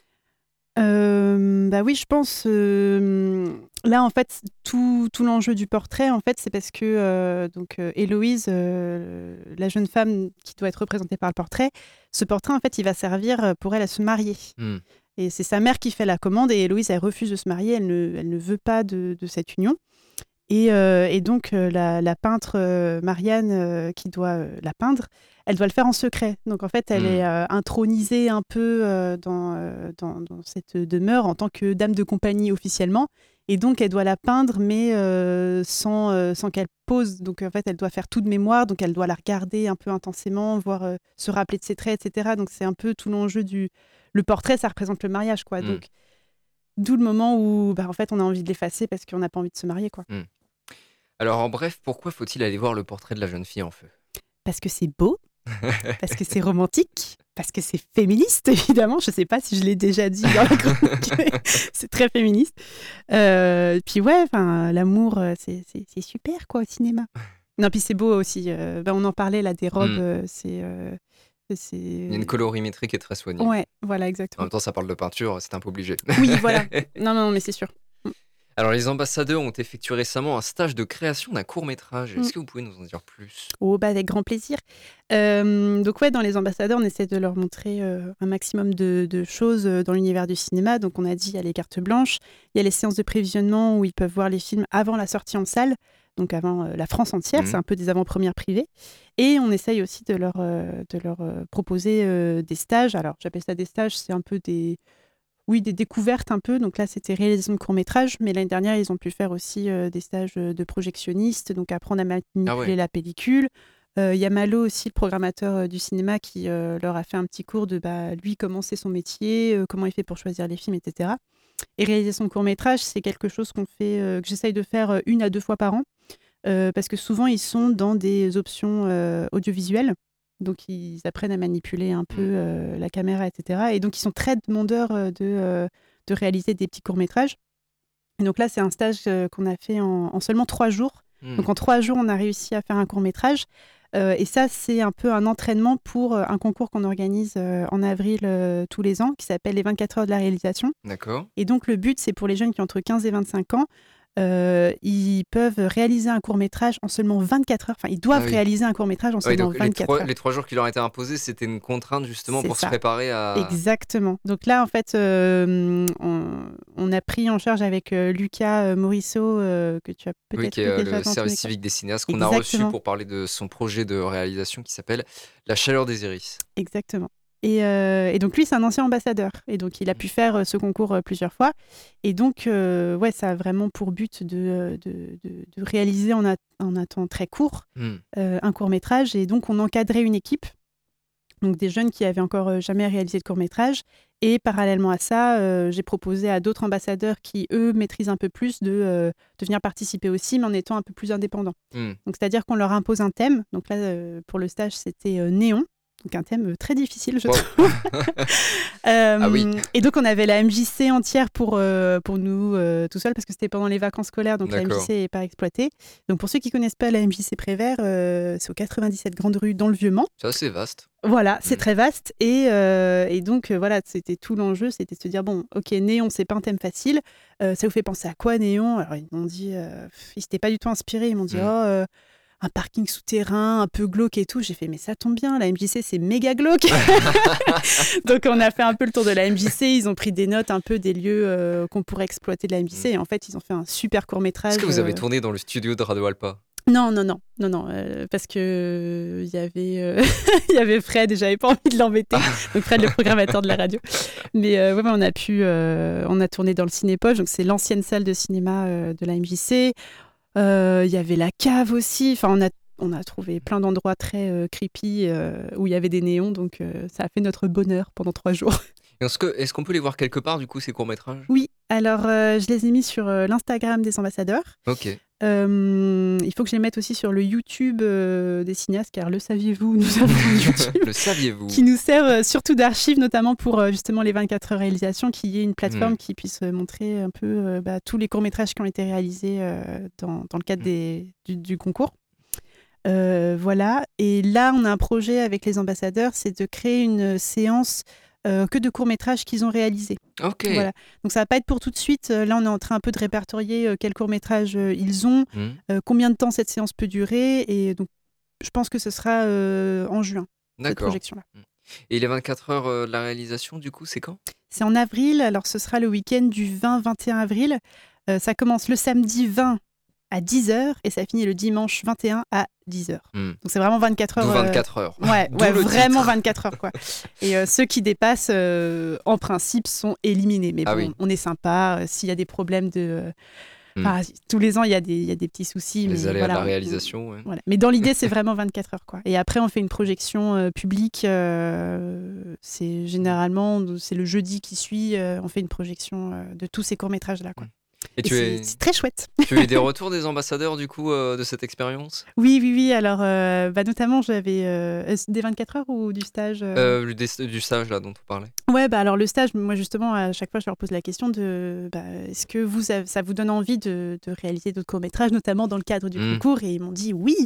Euh, bah oui, je pense. Euh, là, en fait, tout, tout l'enjeu du portrait, en fait, c'est parce que euh, donc euh, Héloïse, euh, la jeune femme qui doit être représentée par le portrait, ce portrait, en fait, il va servir pour elle à se marier. Mm. Et c'est sa mère qui fait la commande et Héloïse, elle refuse de se marier, elle ne, elle ne veut pas de, de cette union. Et, euh, et donc, euh, la, la peintre euh, Marianne, euh, qui doit euh, la peindre, elle doit le faire en secret. Donc, en fait, elle mmh. est euh, intronisée un peu euh, dans, euh, dans, dans cette demeure en tant que dame de compagnie officiellement. Et donc, elle doit la peindre, mais euh, sans, euh, sans qu'elle pose. Donc, en fait, elle doit faire tout de mémoire. Donc, elle doit la regarder un peu intensément, voire euh, se rappeler de ses traits, et cetera. Donc, c'est un peu tout l'enjeu du... Le portrait, ça représente le mariage, quoi. Mmh. Donc, d'où le moment où, bah, en fait, on a envie de l'effacer parce qu'on n'a pas envie de se marier, quoi. Mmh. Alors, en bref, pourquoi faut-il aller voir le portrait de la jeune fille en feu ? Parce que c'est beau, parce que c'est romantique, parce que c'est féministe, évidemment. Je ne sais pas si je l'ai déjà dit dans la chronique. C'est très féministe. Euh, puis ouais, l'amour, c'est, c'est, c'est super, quoi, au cinéma. Non, puis c'est beau aussi. Euh, bah, on en parlait, là, des robes. Mm. Euh, c'est, euh, c'est... Il y a une colorimétrie qui est très soignée. Ouais, voilà, exactement. En même temps, ça parle de peinture, c'est un peu obligé. Oui, voilà. Non, non, mais c'est sûr. Alors, les ambassadeurs ont effectué récemment un stage de création d'un court-métrage. Est-ce mmh. que vous pouvez nous en dire plus ? Oh, bah, avec grand plaisir. Euh, donc, ouais, dans les ambassadeurs, on essaie de leur montrer euh, un maximum de, de choses dans l'univers du cinéma. Donc, on a dit, il y a les cartes blanches, il y a les séances de prévisionnement où ils peuvent voir les films avant la sortie en salle, donc avant euh, la France entière. Mmh. C'est un peu des avant-premières privées. Et on essaye aussi de leur, euh, de leur euh, proposer euh, des stages. Alors, j'appelle ça des stages, c'est un peu des... Oui, des découvertes un peu. Donc là, c'était réalisation de court-métrage. Mais l'année dernière, ils ont pu faire aussi euh, des stages de projectionnistes, donc apprendre à manipuler ah ouais. la pellicule. Il euh, y a Malo aussi, le programmateur euh, du cinéma, qui euh, leur a fait un petit cours de bah, lui, comment c'est son métier, euh, comment il fait pour choisir les films, et cetera. Et réalisation de court-métrage, c'est quelque chose qu'on fait, euh, que j'essaye de faire une à deux fois par an. Euh, parce que souvent, ils sont dans des options euh, audiovisuelles. Donc, ils apprennent à manipuler un peu euh, la caméra, et cetera. Et donc, ils sont très demandeurs euh, de, euh, de réaliser des petits courts-métrages. Et donc là, c'est un stage euh, qu'on a fait en, en seulement trois jours. Mmh. Donc, en trois jours, on a réussi à faire un court-métrage. Euh, et ça, c'est un peu un entraînement pour euh, un concours qu'on organise euh, en avril euh, tous les ans, qui s'appelle les vingt-quatre heures de la réalisation. D'accord. Et donc, le but, c'est pour les jeunes qui ont entre quinze et vingt-cinq ans, Euh, ils peuvent réaliser un court-métrage en seulement vingt-quatre heures. Enfin, ils doivent ah oui. réaliser un court-métrage en ah seulement oui, vingt-quatre les trois, heures. Les trois jours qui leur étaient imposés, c'était une contrainte justement c'est pour ça. se préparer à... Exactement. Donc là, en fait, euh, on, on a pris en charge avec euh, Lucas Morisseau, euh, que tu as peut-être oui, qui est euh, déjà le service civique des cinéastes, qu'on Exactement. a reçu pour parler de son projet de réalisation qui s'appelle La chaleur des iris. Exactement. Et, euh, et donc lui, c'est un ancien ambassadeur. Et donc, il a pu faire euh, ce concours euh, plusieurs fois. Et donc, euh, ouais, ça a vraiment pour but de, de, de, de réaliser en, a, en un temps très court mm. euh, un court-métrage. Et donc, on encadrait une équipe, donc des jeunes qui avaient encore euh, jamais réalisé de court-métrage. Et parallèlement à ça, euh, j'ai proposé à d'autres ambassadeurs qui, eux, maîtrisent un peu plus de, euh, de venir participer aussi, mais en étant un peu plus indépendants. Mm. Donc, c'est-à-dire qu'on leur impose un thème. Donc là, euh, pour le stage, c'était euh, néon. Donc un thème très difficile, je wow. trouve. euh, ah oui. Et donc on avait la M J C entière pour, euh, pour nous euh, tout seul, parce que c'était pendant les vacances scolaires, donc D'accord. la M J C n'est pas exploitée. Donc pour ceux qui ne connaissent pas la M J C Prévert, euh, c'est au quatre-vingt-dix-sept Grande Rue dans le Vieux-Mans. C'est assez vaste. Voilà, c'est mmh. très vaste. Et, euh, et donc euh, voilà, c'était tout l'enjeu, c'était de se dire, bon, ok, néon, c'est pas un thème facile. Euh, ça vous fait penser à quoi, néon ? Alors ils m'ont dit, euh, ils s'étaient pas du tout inspirés, ils m'ont dit, mmh. oh... Euh, un parking souterrain, un peu glauque et tout. J'ai fait, mais ça tombe bien, la M J C, c'est méga glauque. Donc, on a fait un peu le tour de la M J C. Ils ont pris des notes un peu des lieux euh, qu'on pourrait exploiter de la M J C. Et en fait, ils ont fait un super court-métrage. Est-ce que vous avez euh... tourné dans le studio de Radio Alpa ? Non, non, non, non, non, euh, parce que il y avait, euh, il y avait Fred et j'avais pas envie de l'embêter. Donc Fred, le programmateur de la radio. Mais euh, ouais, on a pu, euh, on a tourné dans le Cinépoche, donc c'est l'ancienne salle de cinéma euh, de la M J C. Il euh, y avait la cave aussi. Enfin, on a, on a trouvé plein d'endroits très euh, creepy euh, où il y avait des néons, donc euh, ça a fait notre bonheur pendant trois jours. Est-ce, que, est-ce qu'on peut les voir quelque part, du coup, ces courts-métrages ? Oui, alors euh, je les ai mis sur euh, l'Instagram des ambassadeurs. Ok. Euh, il faut que je les mette aussi sur le YouTube euh, des cinéastes, car le saviez-vous, nous avons un YouTube le saviez-vous qui nous sert euh, surtout d'archive, notamment pour euh, justement les vingt-quatre heures réalisation, qui est une plateforme mmh. qui puisse euh, montrer un peu euh, bah, tous les courts-métrages qui ont été réalisés euh, dans, dans le cadre mmh. des, du, du concours. Euh, voilà, et là on a un projet avec les ambassadeurs, c'est de créer une séance Euh, que de courts-métrages qu'ils ont réalisés. Okay. Voilà. Donc ça va pas être pour tout de suite. Là, on est en train un peu de répertorier euh, quels courts-métrages euh, ils ont, mmh. euh, combien de temps cette séance peut durer. Et donc, je pense que ce sera euh, en juin, D'accord. cette projection-là. Et les vingt-quatre heures euh, de la réalisation, du coup, c'est quand ? C'est en avril. Alors, ce sera le week-end du vingt vingt et un avril. Euh, ça commence le samedi vingt à dix heures et ça finit le dimanche vingt et un à dix heures. Mmh. Donc c'est vraiment vingt-quatre heures. D'où vingt-quatre heures. Euh... Ouais, ouais vraiment vingt-quatre heures quoi. Et euh, ceux qui dépassent, euh, en principe, sont éliminés. Mais ah bon, oui. on est sympa. Euh, s'il y a des problèmes de... Euh... Mmh. Tous les ans, il y, a des, il y a des petits soucis. Les mais aléas voilà, de la réalisation. on... Ouais. Voilà. Mais dans l'idée, c'est vraiment vingt-quatre heures. Quoi. Et après, on fait une projection euh, publique. Euh, c'est généralement, c'est le jeudi qui suit, euh, on fait une projection euh, de tous ces courts-métrages-là. Quoi. Et, et tu c'est, es... c'est très chouette. Tu as eu des retours des ambassadeurs du coup euh, de cette expérience ? Oui, oui, oui. Alors, euh, bah, notamment, j'avais euh, des vingt-quatre heures ou du stage euh... Euh, des, Du stage là dont on parlait. Ouais, bah alors le stage, moi justement, à chaque fois, je leur pose la question de bah, est-ce que vous avez, ça vous donne envie de, de réaliser d'autres courts-métrages, notamment dans le cadre du mmh. concours ? Et ils m'ont dit oui.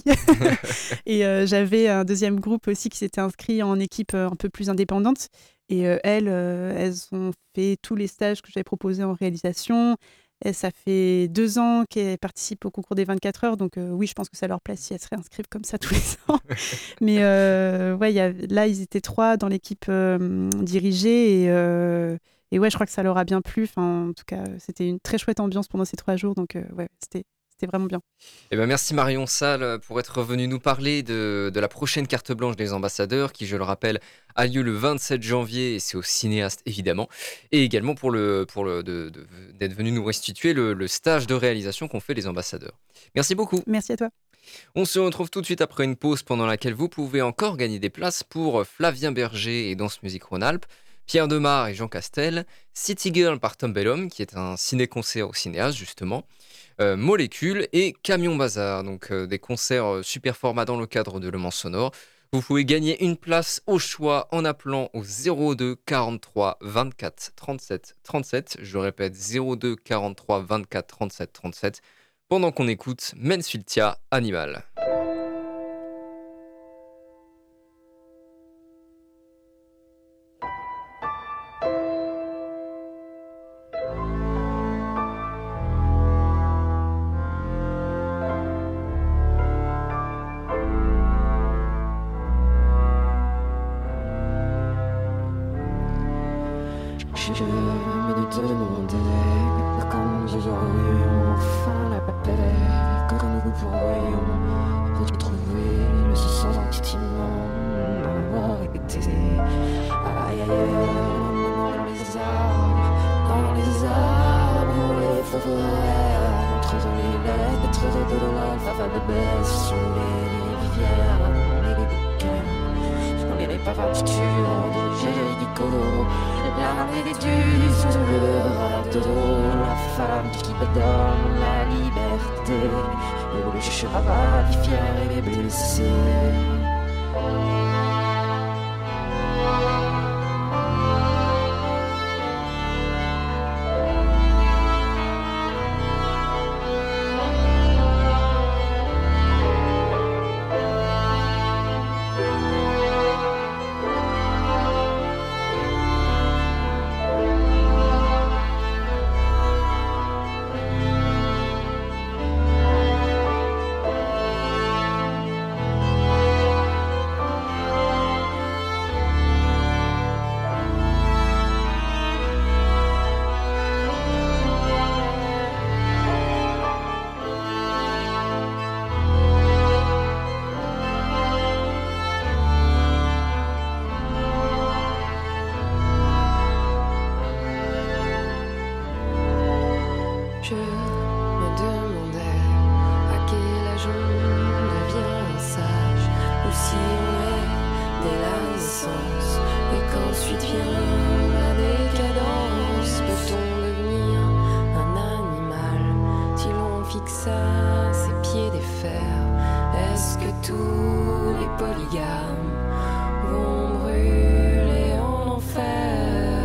Et euh, j'avais un deuxième groupe aussi qui s'était inscrit en équipe un peu plus indépendante. Et euh, elles, euh, elles ont fait tous les stages que j'avais proposés en réalisation. Et ça fait deux ans qu'elles participent au concours des vingt-quatre heures, donc euh, oui, je pense que ça leur plaît si elles se réinscrivent comme ça tous les ans. Mais euh, ouais, y a, là, ils étaient trois dans l'équipe euh, dirigée et, euh, et ouais, je crois que ça leur a bien plu. Enfin, en tout cas, c'était une très chouette ambiance pendant ces trois jours, donc euh, ouais, c'était C'était vraiment bien. Eh ben merci Marion Salle pour être venue nous parler de, de la prochaine carte blanche des ambassadeurs qui, je le rappelle, a lieu le vingt-sept janvier et c'est au cinéaste évidemment. Et également pour, le, pour le, de, de, d'être venu nous restituer le, le stage de réalisation qu'ont fait les ambassadeurs. Merci beaucoup. Merci à toi. On se retrouve tout de suite après une pause pendant laquelle vous pouvez encore gagner des places pour Flavien Berger et Danse Musique Rhône-Alpes, Pierre Demar et Jean Castel, City Girl par Tom Bellum, qui est un ciné-concert au cinéaste justement, euh, Molécule et Camion Bazar, donc euh, des concerts euh, super format dans le cadre de Le Mans Sonore. Vous pouvez gagner une place au choix en appelant au zéro deux quarante-trois vingt-quatre trente-sept trente-sept, je répète zéro deux quarante-trois vingt-quatre trente-sept trente-sept, pendant qu'on écoute Mensfiltia Animal. Je me demandais quand nous aurions enfin la paix, quand nous pourrions retrouver le sentiment d'avoir été aïe aïe dans les arbres, dans les arbres, les forêts, entre les lettres de l'alphabet sur les rivières, les bouquins, dans les pavatures de Jéricho. L'armée des dieux sur le radeau, la femme qui donne la liberté, le cheval fier et blessé. Je me demandais à quel âge on devient sage, ou si on est dès la naissance, et qu'ensuite vient la décadence. Peut-on devenir un animal si l'on fixe à ses pieds des fers? Est-ce que tous les polygames vont brûler en enfer?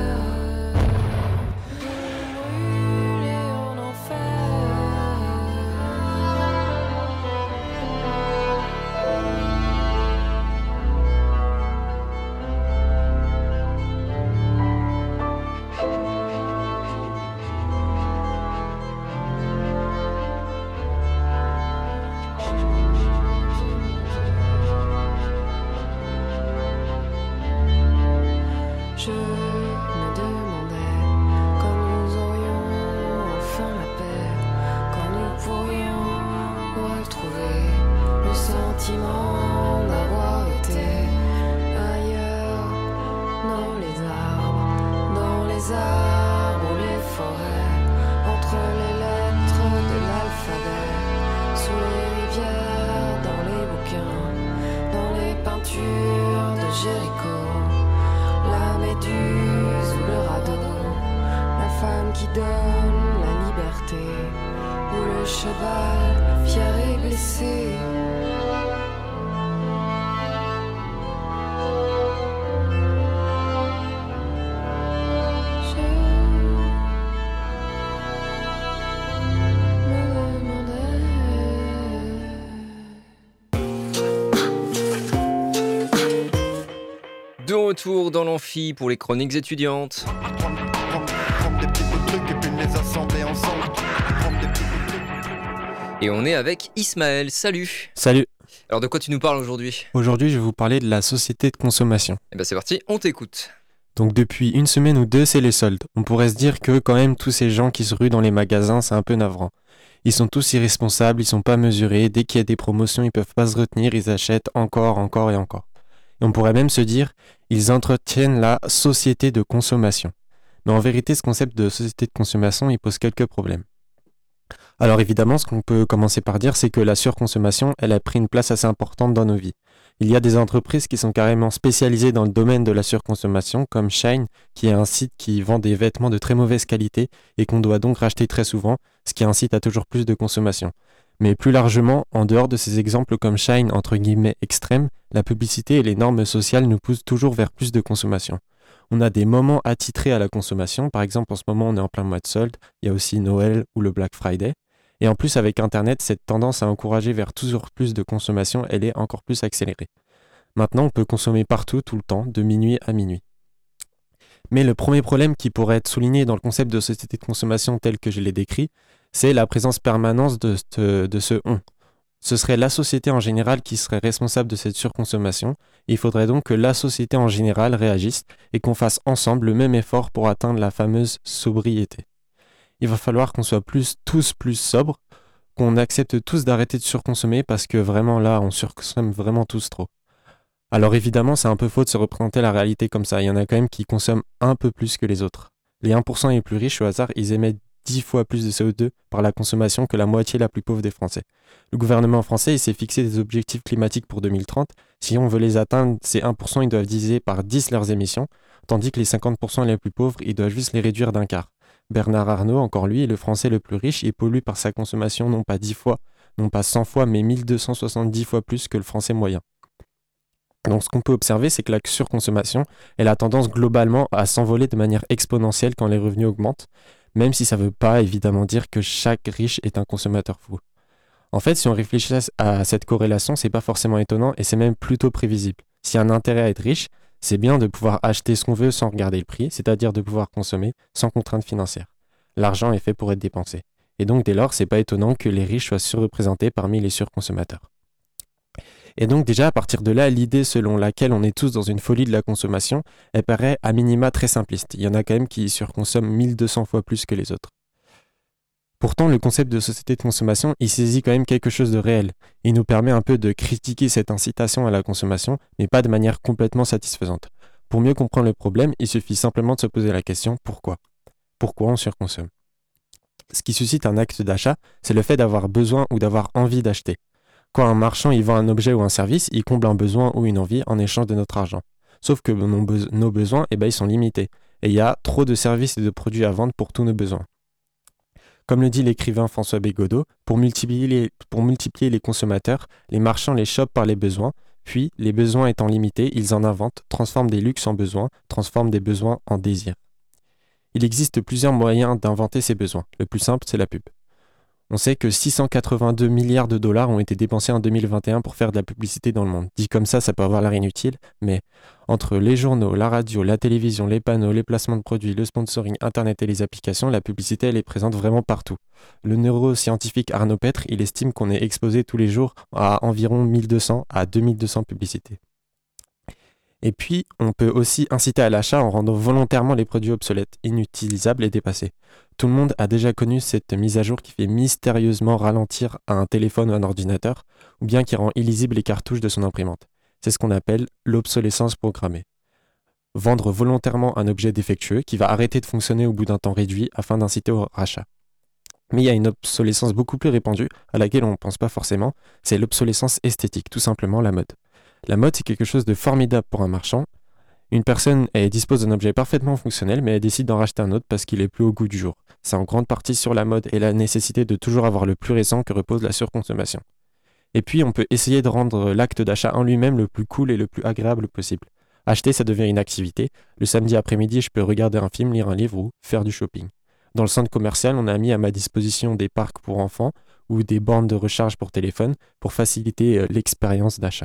Je me demandais quand nous aurions enfin la paix, quand nous pourrions retrouver le sentiment d'avoir été ailleurs, dans les arbres, dans les arbres ou les forêts, entre les lettres de l'alphabet, sous les rivières, dans les bouquins, dans les peintures de Jéricho. La méduse ou le radeau, la femme qui donne la liberté, ou le cheval fier et blessé. De retour dans l'amphi pour les chroniques étudiantes. Et on est avec Ismaël, salut. Salut. Alors de quoi tu nous parles aujourd'hui? Aujourd'hui, je vais vous parler de la société de consommation. Et ben c'est parti, on t'écoute. Donc depuis une semaine ou deux, c'est les soldes. On pourrait se dire que quand même tous ces gens qui se ruent dans les magasins, c'est un peu navrant. Ils sont tous irresponsables, ils sont pas mesurés, dès qu'il y a des promotions, ils peuvent pas se retenir, ils achètent encore, encore et encore. Et on pourrait même se dire, ils entretiennent la société de consommation. Mais en vérité, ce concept de société de consommation, il pose quelques problèmes. Alors évidemment, ce qu'on peut commencer par dire, c'est que la surconsommation, elle a pris une place assez importante dans nos vies. Il y a des entreprises qui sont carrément spécialisées dans le domaine de la surconsommation, comme Shein, qui est un site qui vend des vêtements de très mauvaise qualité et qu'on doit donc racheter très souvent, ce qui incite à toujours plus de consommation. Mais plus largement, en dehors de ces exemples comme Shein entre guillemets extrêmes, la publicité et les normes sociales nous poussent toujours vers plus de consommation. On a des moments attitrés à la consommation, par exemple en ce moment on est en plein mois de solde, il y a aussi Noël ou le Black Friday. Et en plus avec Internet, cette tendance à encourager vers toujours plus de consommation, elle est encore plus accélérée. Maintenant, on peut consommer partout, tout le temps, de minuit à minuit. Mais le premier problème qui pourrait être souligné dans le concept de société de consommation tel que je l'ai décrit, c'est la présence permanente de ce, de ce « on ». Ce serait la société en général qui serait responsable de cette surconsommation. Il faudrait donc que la société en général réagisse et qu'on fasse ensemble le même effort pour atteindre la fameuse sobriété. Il va falloir qu'on soit plus, tous plus sobres, qu'on accepte tous d'arrêter de surconsommer parce que vraiment là, on surconsomme vraiment tous trop. Alors évidemment, c'est un peu faux de se représenter la réalité comme ça. Il y en a quand même qui consomment un peu plus que les autres. Les un pour cent les plus riches, au hasard, ils émettent dix fois plus de C O deux par la consommation que la moitié la plus pauvre des Français. Le gouvernement français il s'est fixé des objectifs climatiques pour deux mille trente. Si on veut les atteindre, ces un pour cent ils doivent diviser par dix leurs émissions, tandis que les cinquante pour cent les plus pauvres, ils doivent juste les réduire d'un quart. Bernard Arnault, encore lui, est le Français le plus riche, il pollue par sa consommation non pas dix fois, non pas cent fois, mais mille deux cent soixante-dix fois plus que le Français moyen. Donc ce qu'on peut observer, c'est que la surconsommation, elle a tendance globalement à s'envoler de manière exponentielle quand les revenus augmentent, même si ça ne veut pas évidemment dire que chaque riche est un consommateur fou. En fait, si on réfléchit à cette corrélation, c'est pas forcément étonnant et c'est même plutôt prévisible. S'il y a un intérêt à être riche, c'est bien de pouvoir acheter ce qu'on veut sans regarder le prix, c'est-à-dire de pouvoir consommer sans contrainte financière. L'argent est fait pour être dépensé. Et donc dès lors, c'est pas étonnant que les riches soient surreprésentés parmi les surconsommateurs. Et donc déjà, à partir de là, l'idée selon laquelle on est tous dans une folie de la consommation, elle paraît à minima très simpliste. Il y en a quand même qui surconsomment mille deux cents fois plus que les autres. Pourtant, le concept de société de consommation, il saisit quand même quelque chose de réel. Il nous permet un peu de critiquer cette incitation à la consommation, mais pas de manière complètement satisfaisante. Pour mieux comprendre le problème, il suffit simplement de se poser la question « pourquoi ?» Pourquoi on surconsomme? Ce qui suscite un acte d'achat, c'est le fait d'avoir besoin ou d'avoir envie d'acheter. Quand un marchand il vend un objet ou un service, il comble un besoin ou une envie en échange de notre argent. Sauf que nos, be- nos besoins, eh ben, ils sont limités. Et il y a trop de services et de produits à vendre pour tous nos besoins. Comme le dit l'écrivain François Bégodeau, pour multiplier, les, pour multiplier les consommateurs, les marchands les chopent par les besoins, puis, les besoins étant limités, ils en inventent, transforment des luxes en besoins, transforment des besoins en désirs. Il existe plusieurs moyens d'inventer ces besoins. Le plus simple, c'est la pub. On sait que six cent quatre-vingt-deux milliards de dollars ont été dépensés en deux mille vingt et un pour faire de la publicité dans le monde. Dit comme ça, ça peut avoir l'air inutile, mais entre les journaux, la radio, la télévision, les panneaux, les placements de produits, le sponsoring, Internet et les applications, la publicité, elle est présente vraiment partout. Le neuroscientifique Arnaud Petre, il estime qu'on est exposé tous les jours à environ mille deux cents à deux mille deux cents publicités. Et puis, on peut aussi inciter à l'achat en rendant volontairement les produits obsolètes, inutilisables et dépassés. Tout le monde a déjà connu cette mise à jour qui fait mystérieusement ralentir un téléphone ou un ordinateur, ou bien qui rend illisibles les cartouches de son imprimante. C'est ce qu'on appelle l'obsolescence programmée. Vendre volontairement un objet défectueux qui va arrêter de fonctionner au bout d'un temps réduit afin d'inciter au rachat. Mais il y a une obsolescence beaucoup plus répandue, à laquelle on ne pense pas forcément, c'est l'obsolescence esthétique, tout simplement la mode. La mode, c'est quelque chose de formidable pour un marchand. Une personne, elle dispose d'un objet parfaitement fonctionnel, mais elle décide d'en racheter un autre parce qu'il est plus au goût du jour. C'est en grande partie sur la mode et la nécessité de toujours avoir le plus récent que repose la surconsommation. Et puis, on peut essayer de rendre l'acte d'achat en lui-même le plus cool et le plus agréable possible. Acheter, ça devient une activité. Le samedi après-midi, je peux regarder un film, lire un livre ou faire du shopping. Dans le centre commercial, on a mis à ma disposition des parcs pour enfants ou des bornes de recharge pour téléphone pour faciliter l'expérience d'achat.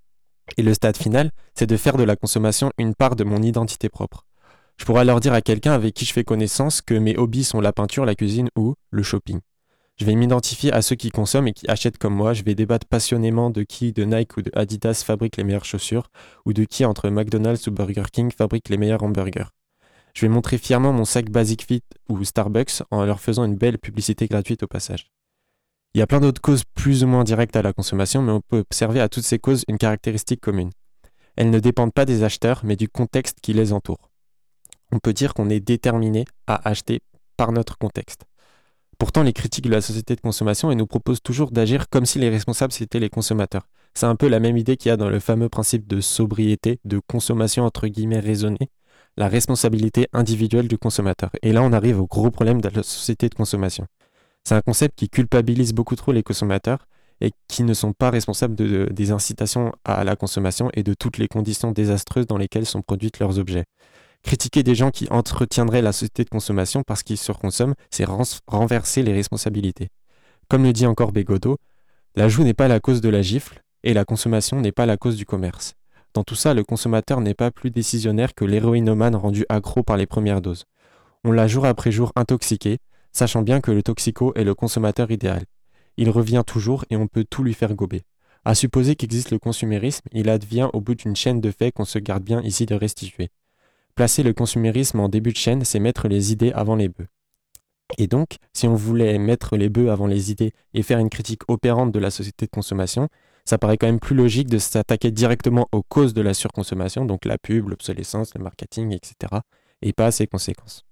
Et le stade final, c'est de faire de la consommation une part de mon identité propre. Je pourrais alors dire à quelqu'un avec qui je fais connaissance que mes hobbies sont la peinture, la cuisine ou le shopping. Je vais m'identifier à ceux qui consomment et qui achètent comme moi. Je vais débattre passionnément de qui de Nike ou de Adidas fabrique les meilleures chaussures ou de qui entre McDonald's ou Burger King fabrique les meilleurs hamburgers. Je vais montrer fièrement mon sac Basic Fit ou Starbucks en leur faisant une belle publicité gratuite au passage. Il y a plein d'autres causes plus ou moins directes à la consommation, mais on peut observer à toutes ces causes une caractéristique commune. Elles ne dépendent pas des acheteurs, mais du contexte qui les entoure. On peut dire qu'on est déterminé à acheter par notre contexte. Pourtant, les critiques de la société de consommation elles nous proposent toujours d'agir comme si les responsables c'étaient les consommateurs. C'est un peu la même idée qu'il y a dans le fameux principe de sobriété, de consommation entre guillemets raisonnée, la responsabilité individuelle du consommateur. Et là, on arrive au gros problème de la société de consommation. C'est un concept qui culpabilise beaucoup trop les consommateurs et qui ne sont pas responsables de, de, des incitations à la consommation et de toutes les conditions désastreuses dans lesquelles sont produites leurs objets. Critiquer des gens qui entretiendraient la société de consommation parce qu'ils surconsomment, c'est ren- renverser les responsabilités. Comme le dit encore Bégodeau, la joue n'est pas la cause de la gifle et la consommation n'est pas la cause du commerce. Dans tout ça, le consommateur n'est pas plus décisionnaire que l'héroïnomane rendu accro par les premières doses. On l'a jour après jour intoxiqué, sachant bien que le toxico est le consommateur idéal. Il revient toujours et on peut tout lui faire gober. À supposer qu'existe le consumérisme, il advient au bout d'une chaîne de faits qu'on se garde bien ici de restituer. Placer le consumérisme en début de chaîne, c'est mettre les idées avant les bœufs. Et donc, si on voulait mettre les bœufs avant les idées et faire une critique opérante de la société de consommation, ça paraît quand même plus logique de s'attaquer directement aux causes de la surconsommation, donc la pub, l'obsolescence, le marketing, et cetera, et pas à ses conséquences.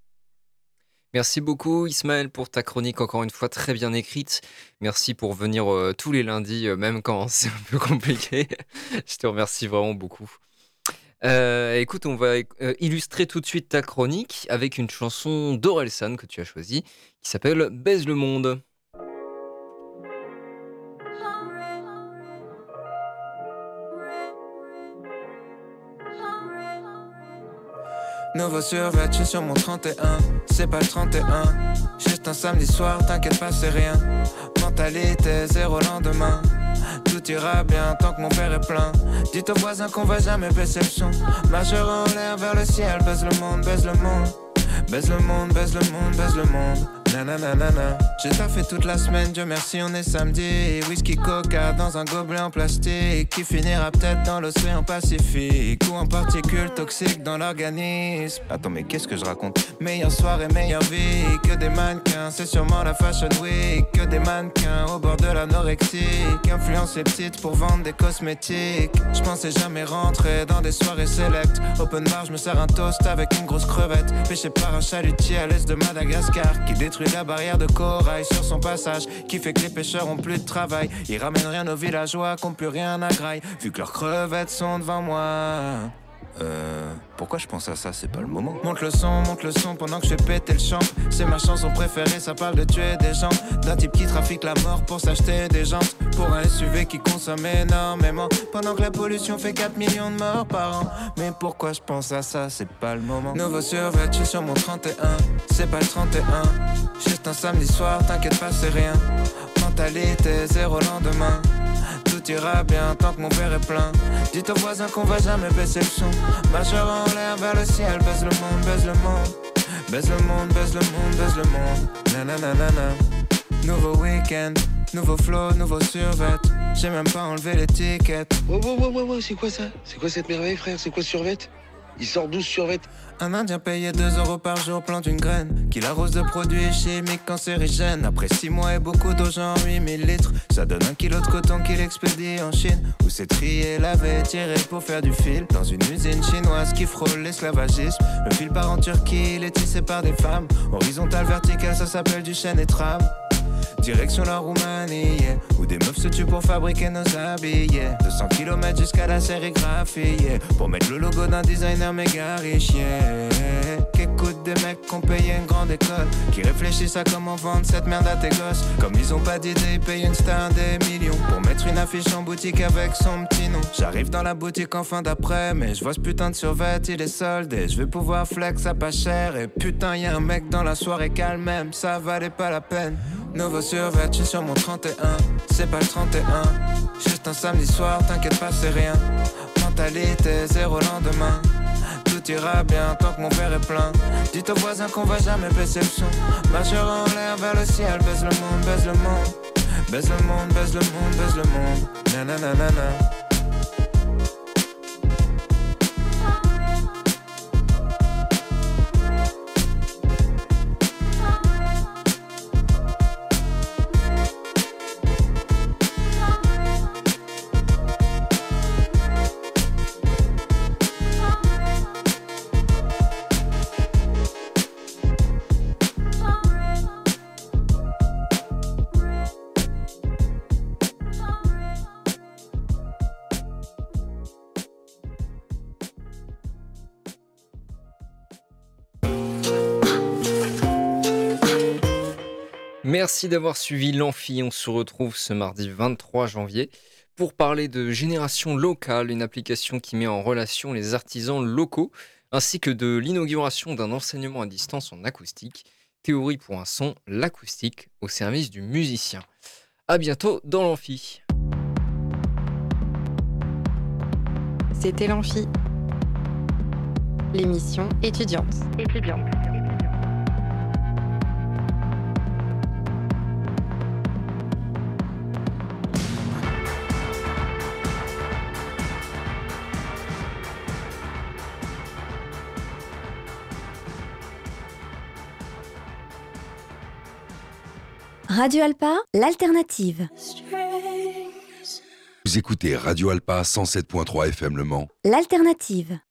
Merci beaucoup Ismaël pour ta chronique encore une fois très bien écrite. Merci pour venir euh, tous les lundis, euh, même quand c'est un peu compliqué. Je te remercie vraiment beaucoup. Euh, écoute, on va euh, illustrer tout de suite ta chronique avec une chanson d'Orelsan que tu as choisie qui s'appelle « Baise le monde ». Nouveau survêt, je suis sur mon trente et un. C'est pas le trente et un, juste un samedi soir, t'inquiète pas, c'est rien. Mentalité, zéro lendemain. Tout ira bien tant que mon verre est plein. Dites aux voisins qu'on va jamais baisser le son. Marchera en l'air vers le ciel, baise le monde, baise le monde. Baise le monde, baise le monde, baise le monde. Nananana. J'ai taffé toute la semaine, Dieu merci, on est samedi. Whisky coca dans un gobelet en plastique qui finira peut-être dans l'océan Pacifique ou en particules toxiques dans l'organisme. Attends, mais qu'est-ce que je raconte? Meilleure soirée, meilleure vie, que des mannequins, c'est sûrement la fashion week. Que des mannequins au bord de l'anorexie, qui influencent les petites pour vendre des cosmétiques. Je pensais jamais rentrer dans des soirées select. Open bar, je me sers un toast avec une grosse crevette. Pêché par un chalutier à l'est de Madagascar, qui détruit la barrière de corail sur son passage, qui fait que les pêcheurs ont plus de travail. Ils ramènent rien aux villageois, qui ont plus rien à graille, vu que leurs crevettes sont devant moi. Euh... Pourquoi je pense à ça, c'est pas le moment. Monte le son, monte le son pendant que je fais péter le champ. C'est ma chanson préférée, ça parle de tuer des gens. D'un type qui trafique la mort pour s'acheter des jantes. Pour un S U V qui consomme énormément. Pendant que la pollution fait quatre millions de morts par an. Mais pourquoi je pense à ça, c'est pas le moment. Nouveau survêt, je suis sur mon trente et un. C'est pas le trente et un. Juste un samedi soir, t'inquiète pas, c'est rien. Mentalité, zéro lendemain. Tout ira bien tant que mon verre est plein. Dites aux voisins qu'on va jamais baisser le son. Majeur en l'air vers le ciel, baise le monde, baise le monde. Baise le monde, baise le monde, baise le monde. Nananana. Nouveau week-end, nouveau flow, nouveau survêt. J'ai même pas enlevé l'étiquette. Ouais, ouais, ouais, ouais, ouais, c'est quoi ça? C'est quoi cette merveille, frère? C'est quoi survêt? Il sort douze survêtements. Un indien payé deux euros par jour plante une graine qui l'arrose de produits chimiques cancérigènes. Après six mois et beaucoup d'eau, genre huit mille litres, ça donne un kilo de coton qu'il expédie en Chine, où c'est trié, lavé, tiré pour faire du fil. Dans une usine chinoise qui frôle l'esclavagisme, le fil part en Turquie, il est tissé par des femmes. Horizontal, vertical, ça s'appelle du chêne et trame. Direction la Roumanie, yeah, où des meufs se tuent pour fabriquer nos habits, yeah. deux cents kilomètres jusqu'à la sérigraphie, yeah, pour mettre le logo d'un designer méga riche, yeah. Qu'écoutent des mecs qui ont payé une grande école, qui réfléchissent à comment vendre cette merde à tes gosses. Comme ils ont pas d'idée, ils payent une star des millions pour mettre une affiche en boutique avec son petit nom. J'arrive dans la boutique en fin d'après, mais je vois ce putain de survêt, il est soldé. Je vais pouvoir flex à pas cher, et putain y'a un mec dans la soirée calme même, ça valait pas la peine. Nouveau survêt, je suis sur mon trente et un. C'est pas le trente et un. Juste un samedi soir, t'inquiète pas, c'est rien. Mentalité, zéro lendemain. Tout ira bien tant que mon verre est plein. Dites aux voisins qu'on va jamais baisser le son. Majeur en l'air vers le ciel, baise le monde, baise le monde. Baise le monde, baise le monde, baise le monde. Nananana. Merci d'avoir suivi l'Amphi. On se retrouve ce mardi vingt-trois janvier pour parler de Génération Locale, une application qui met en relation les artisans locaux, ainsi que de l'inauguration d'un enseignement à distance en acoustique. Théorie pour un son, l'acoustique au service du musicien. À bientôt dans l'Amphi. C'était l'Amphi, l'émission étudiante. Étudiante. Radio Alpa, l'alternative. Vous écoutez Radio Alpa cent sept point trois F M Le Mans. L'alternative.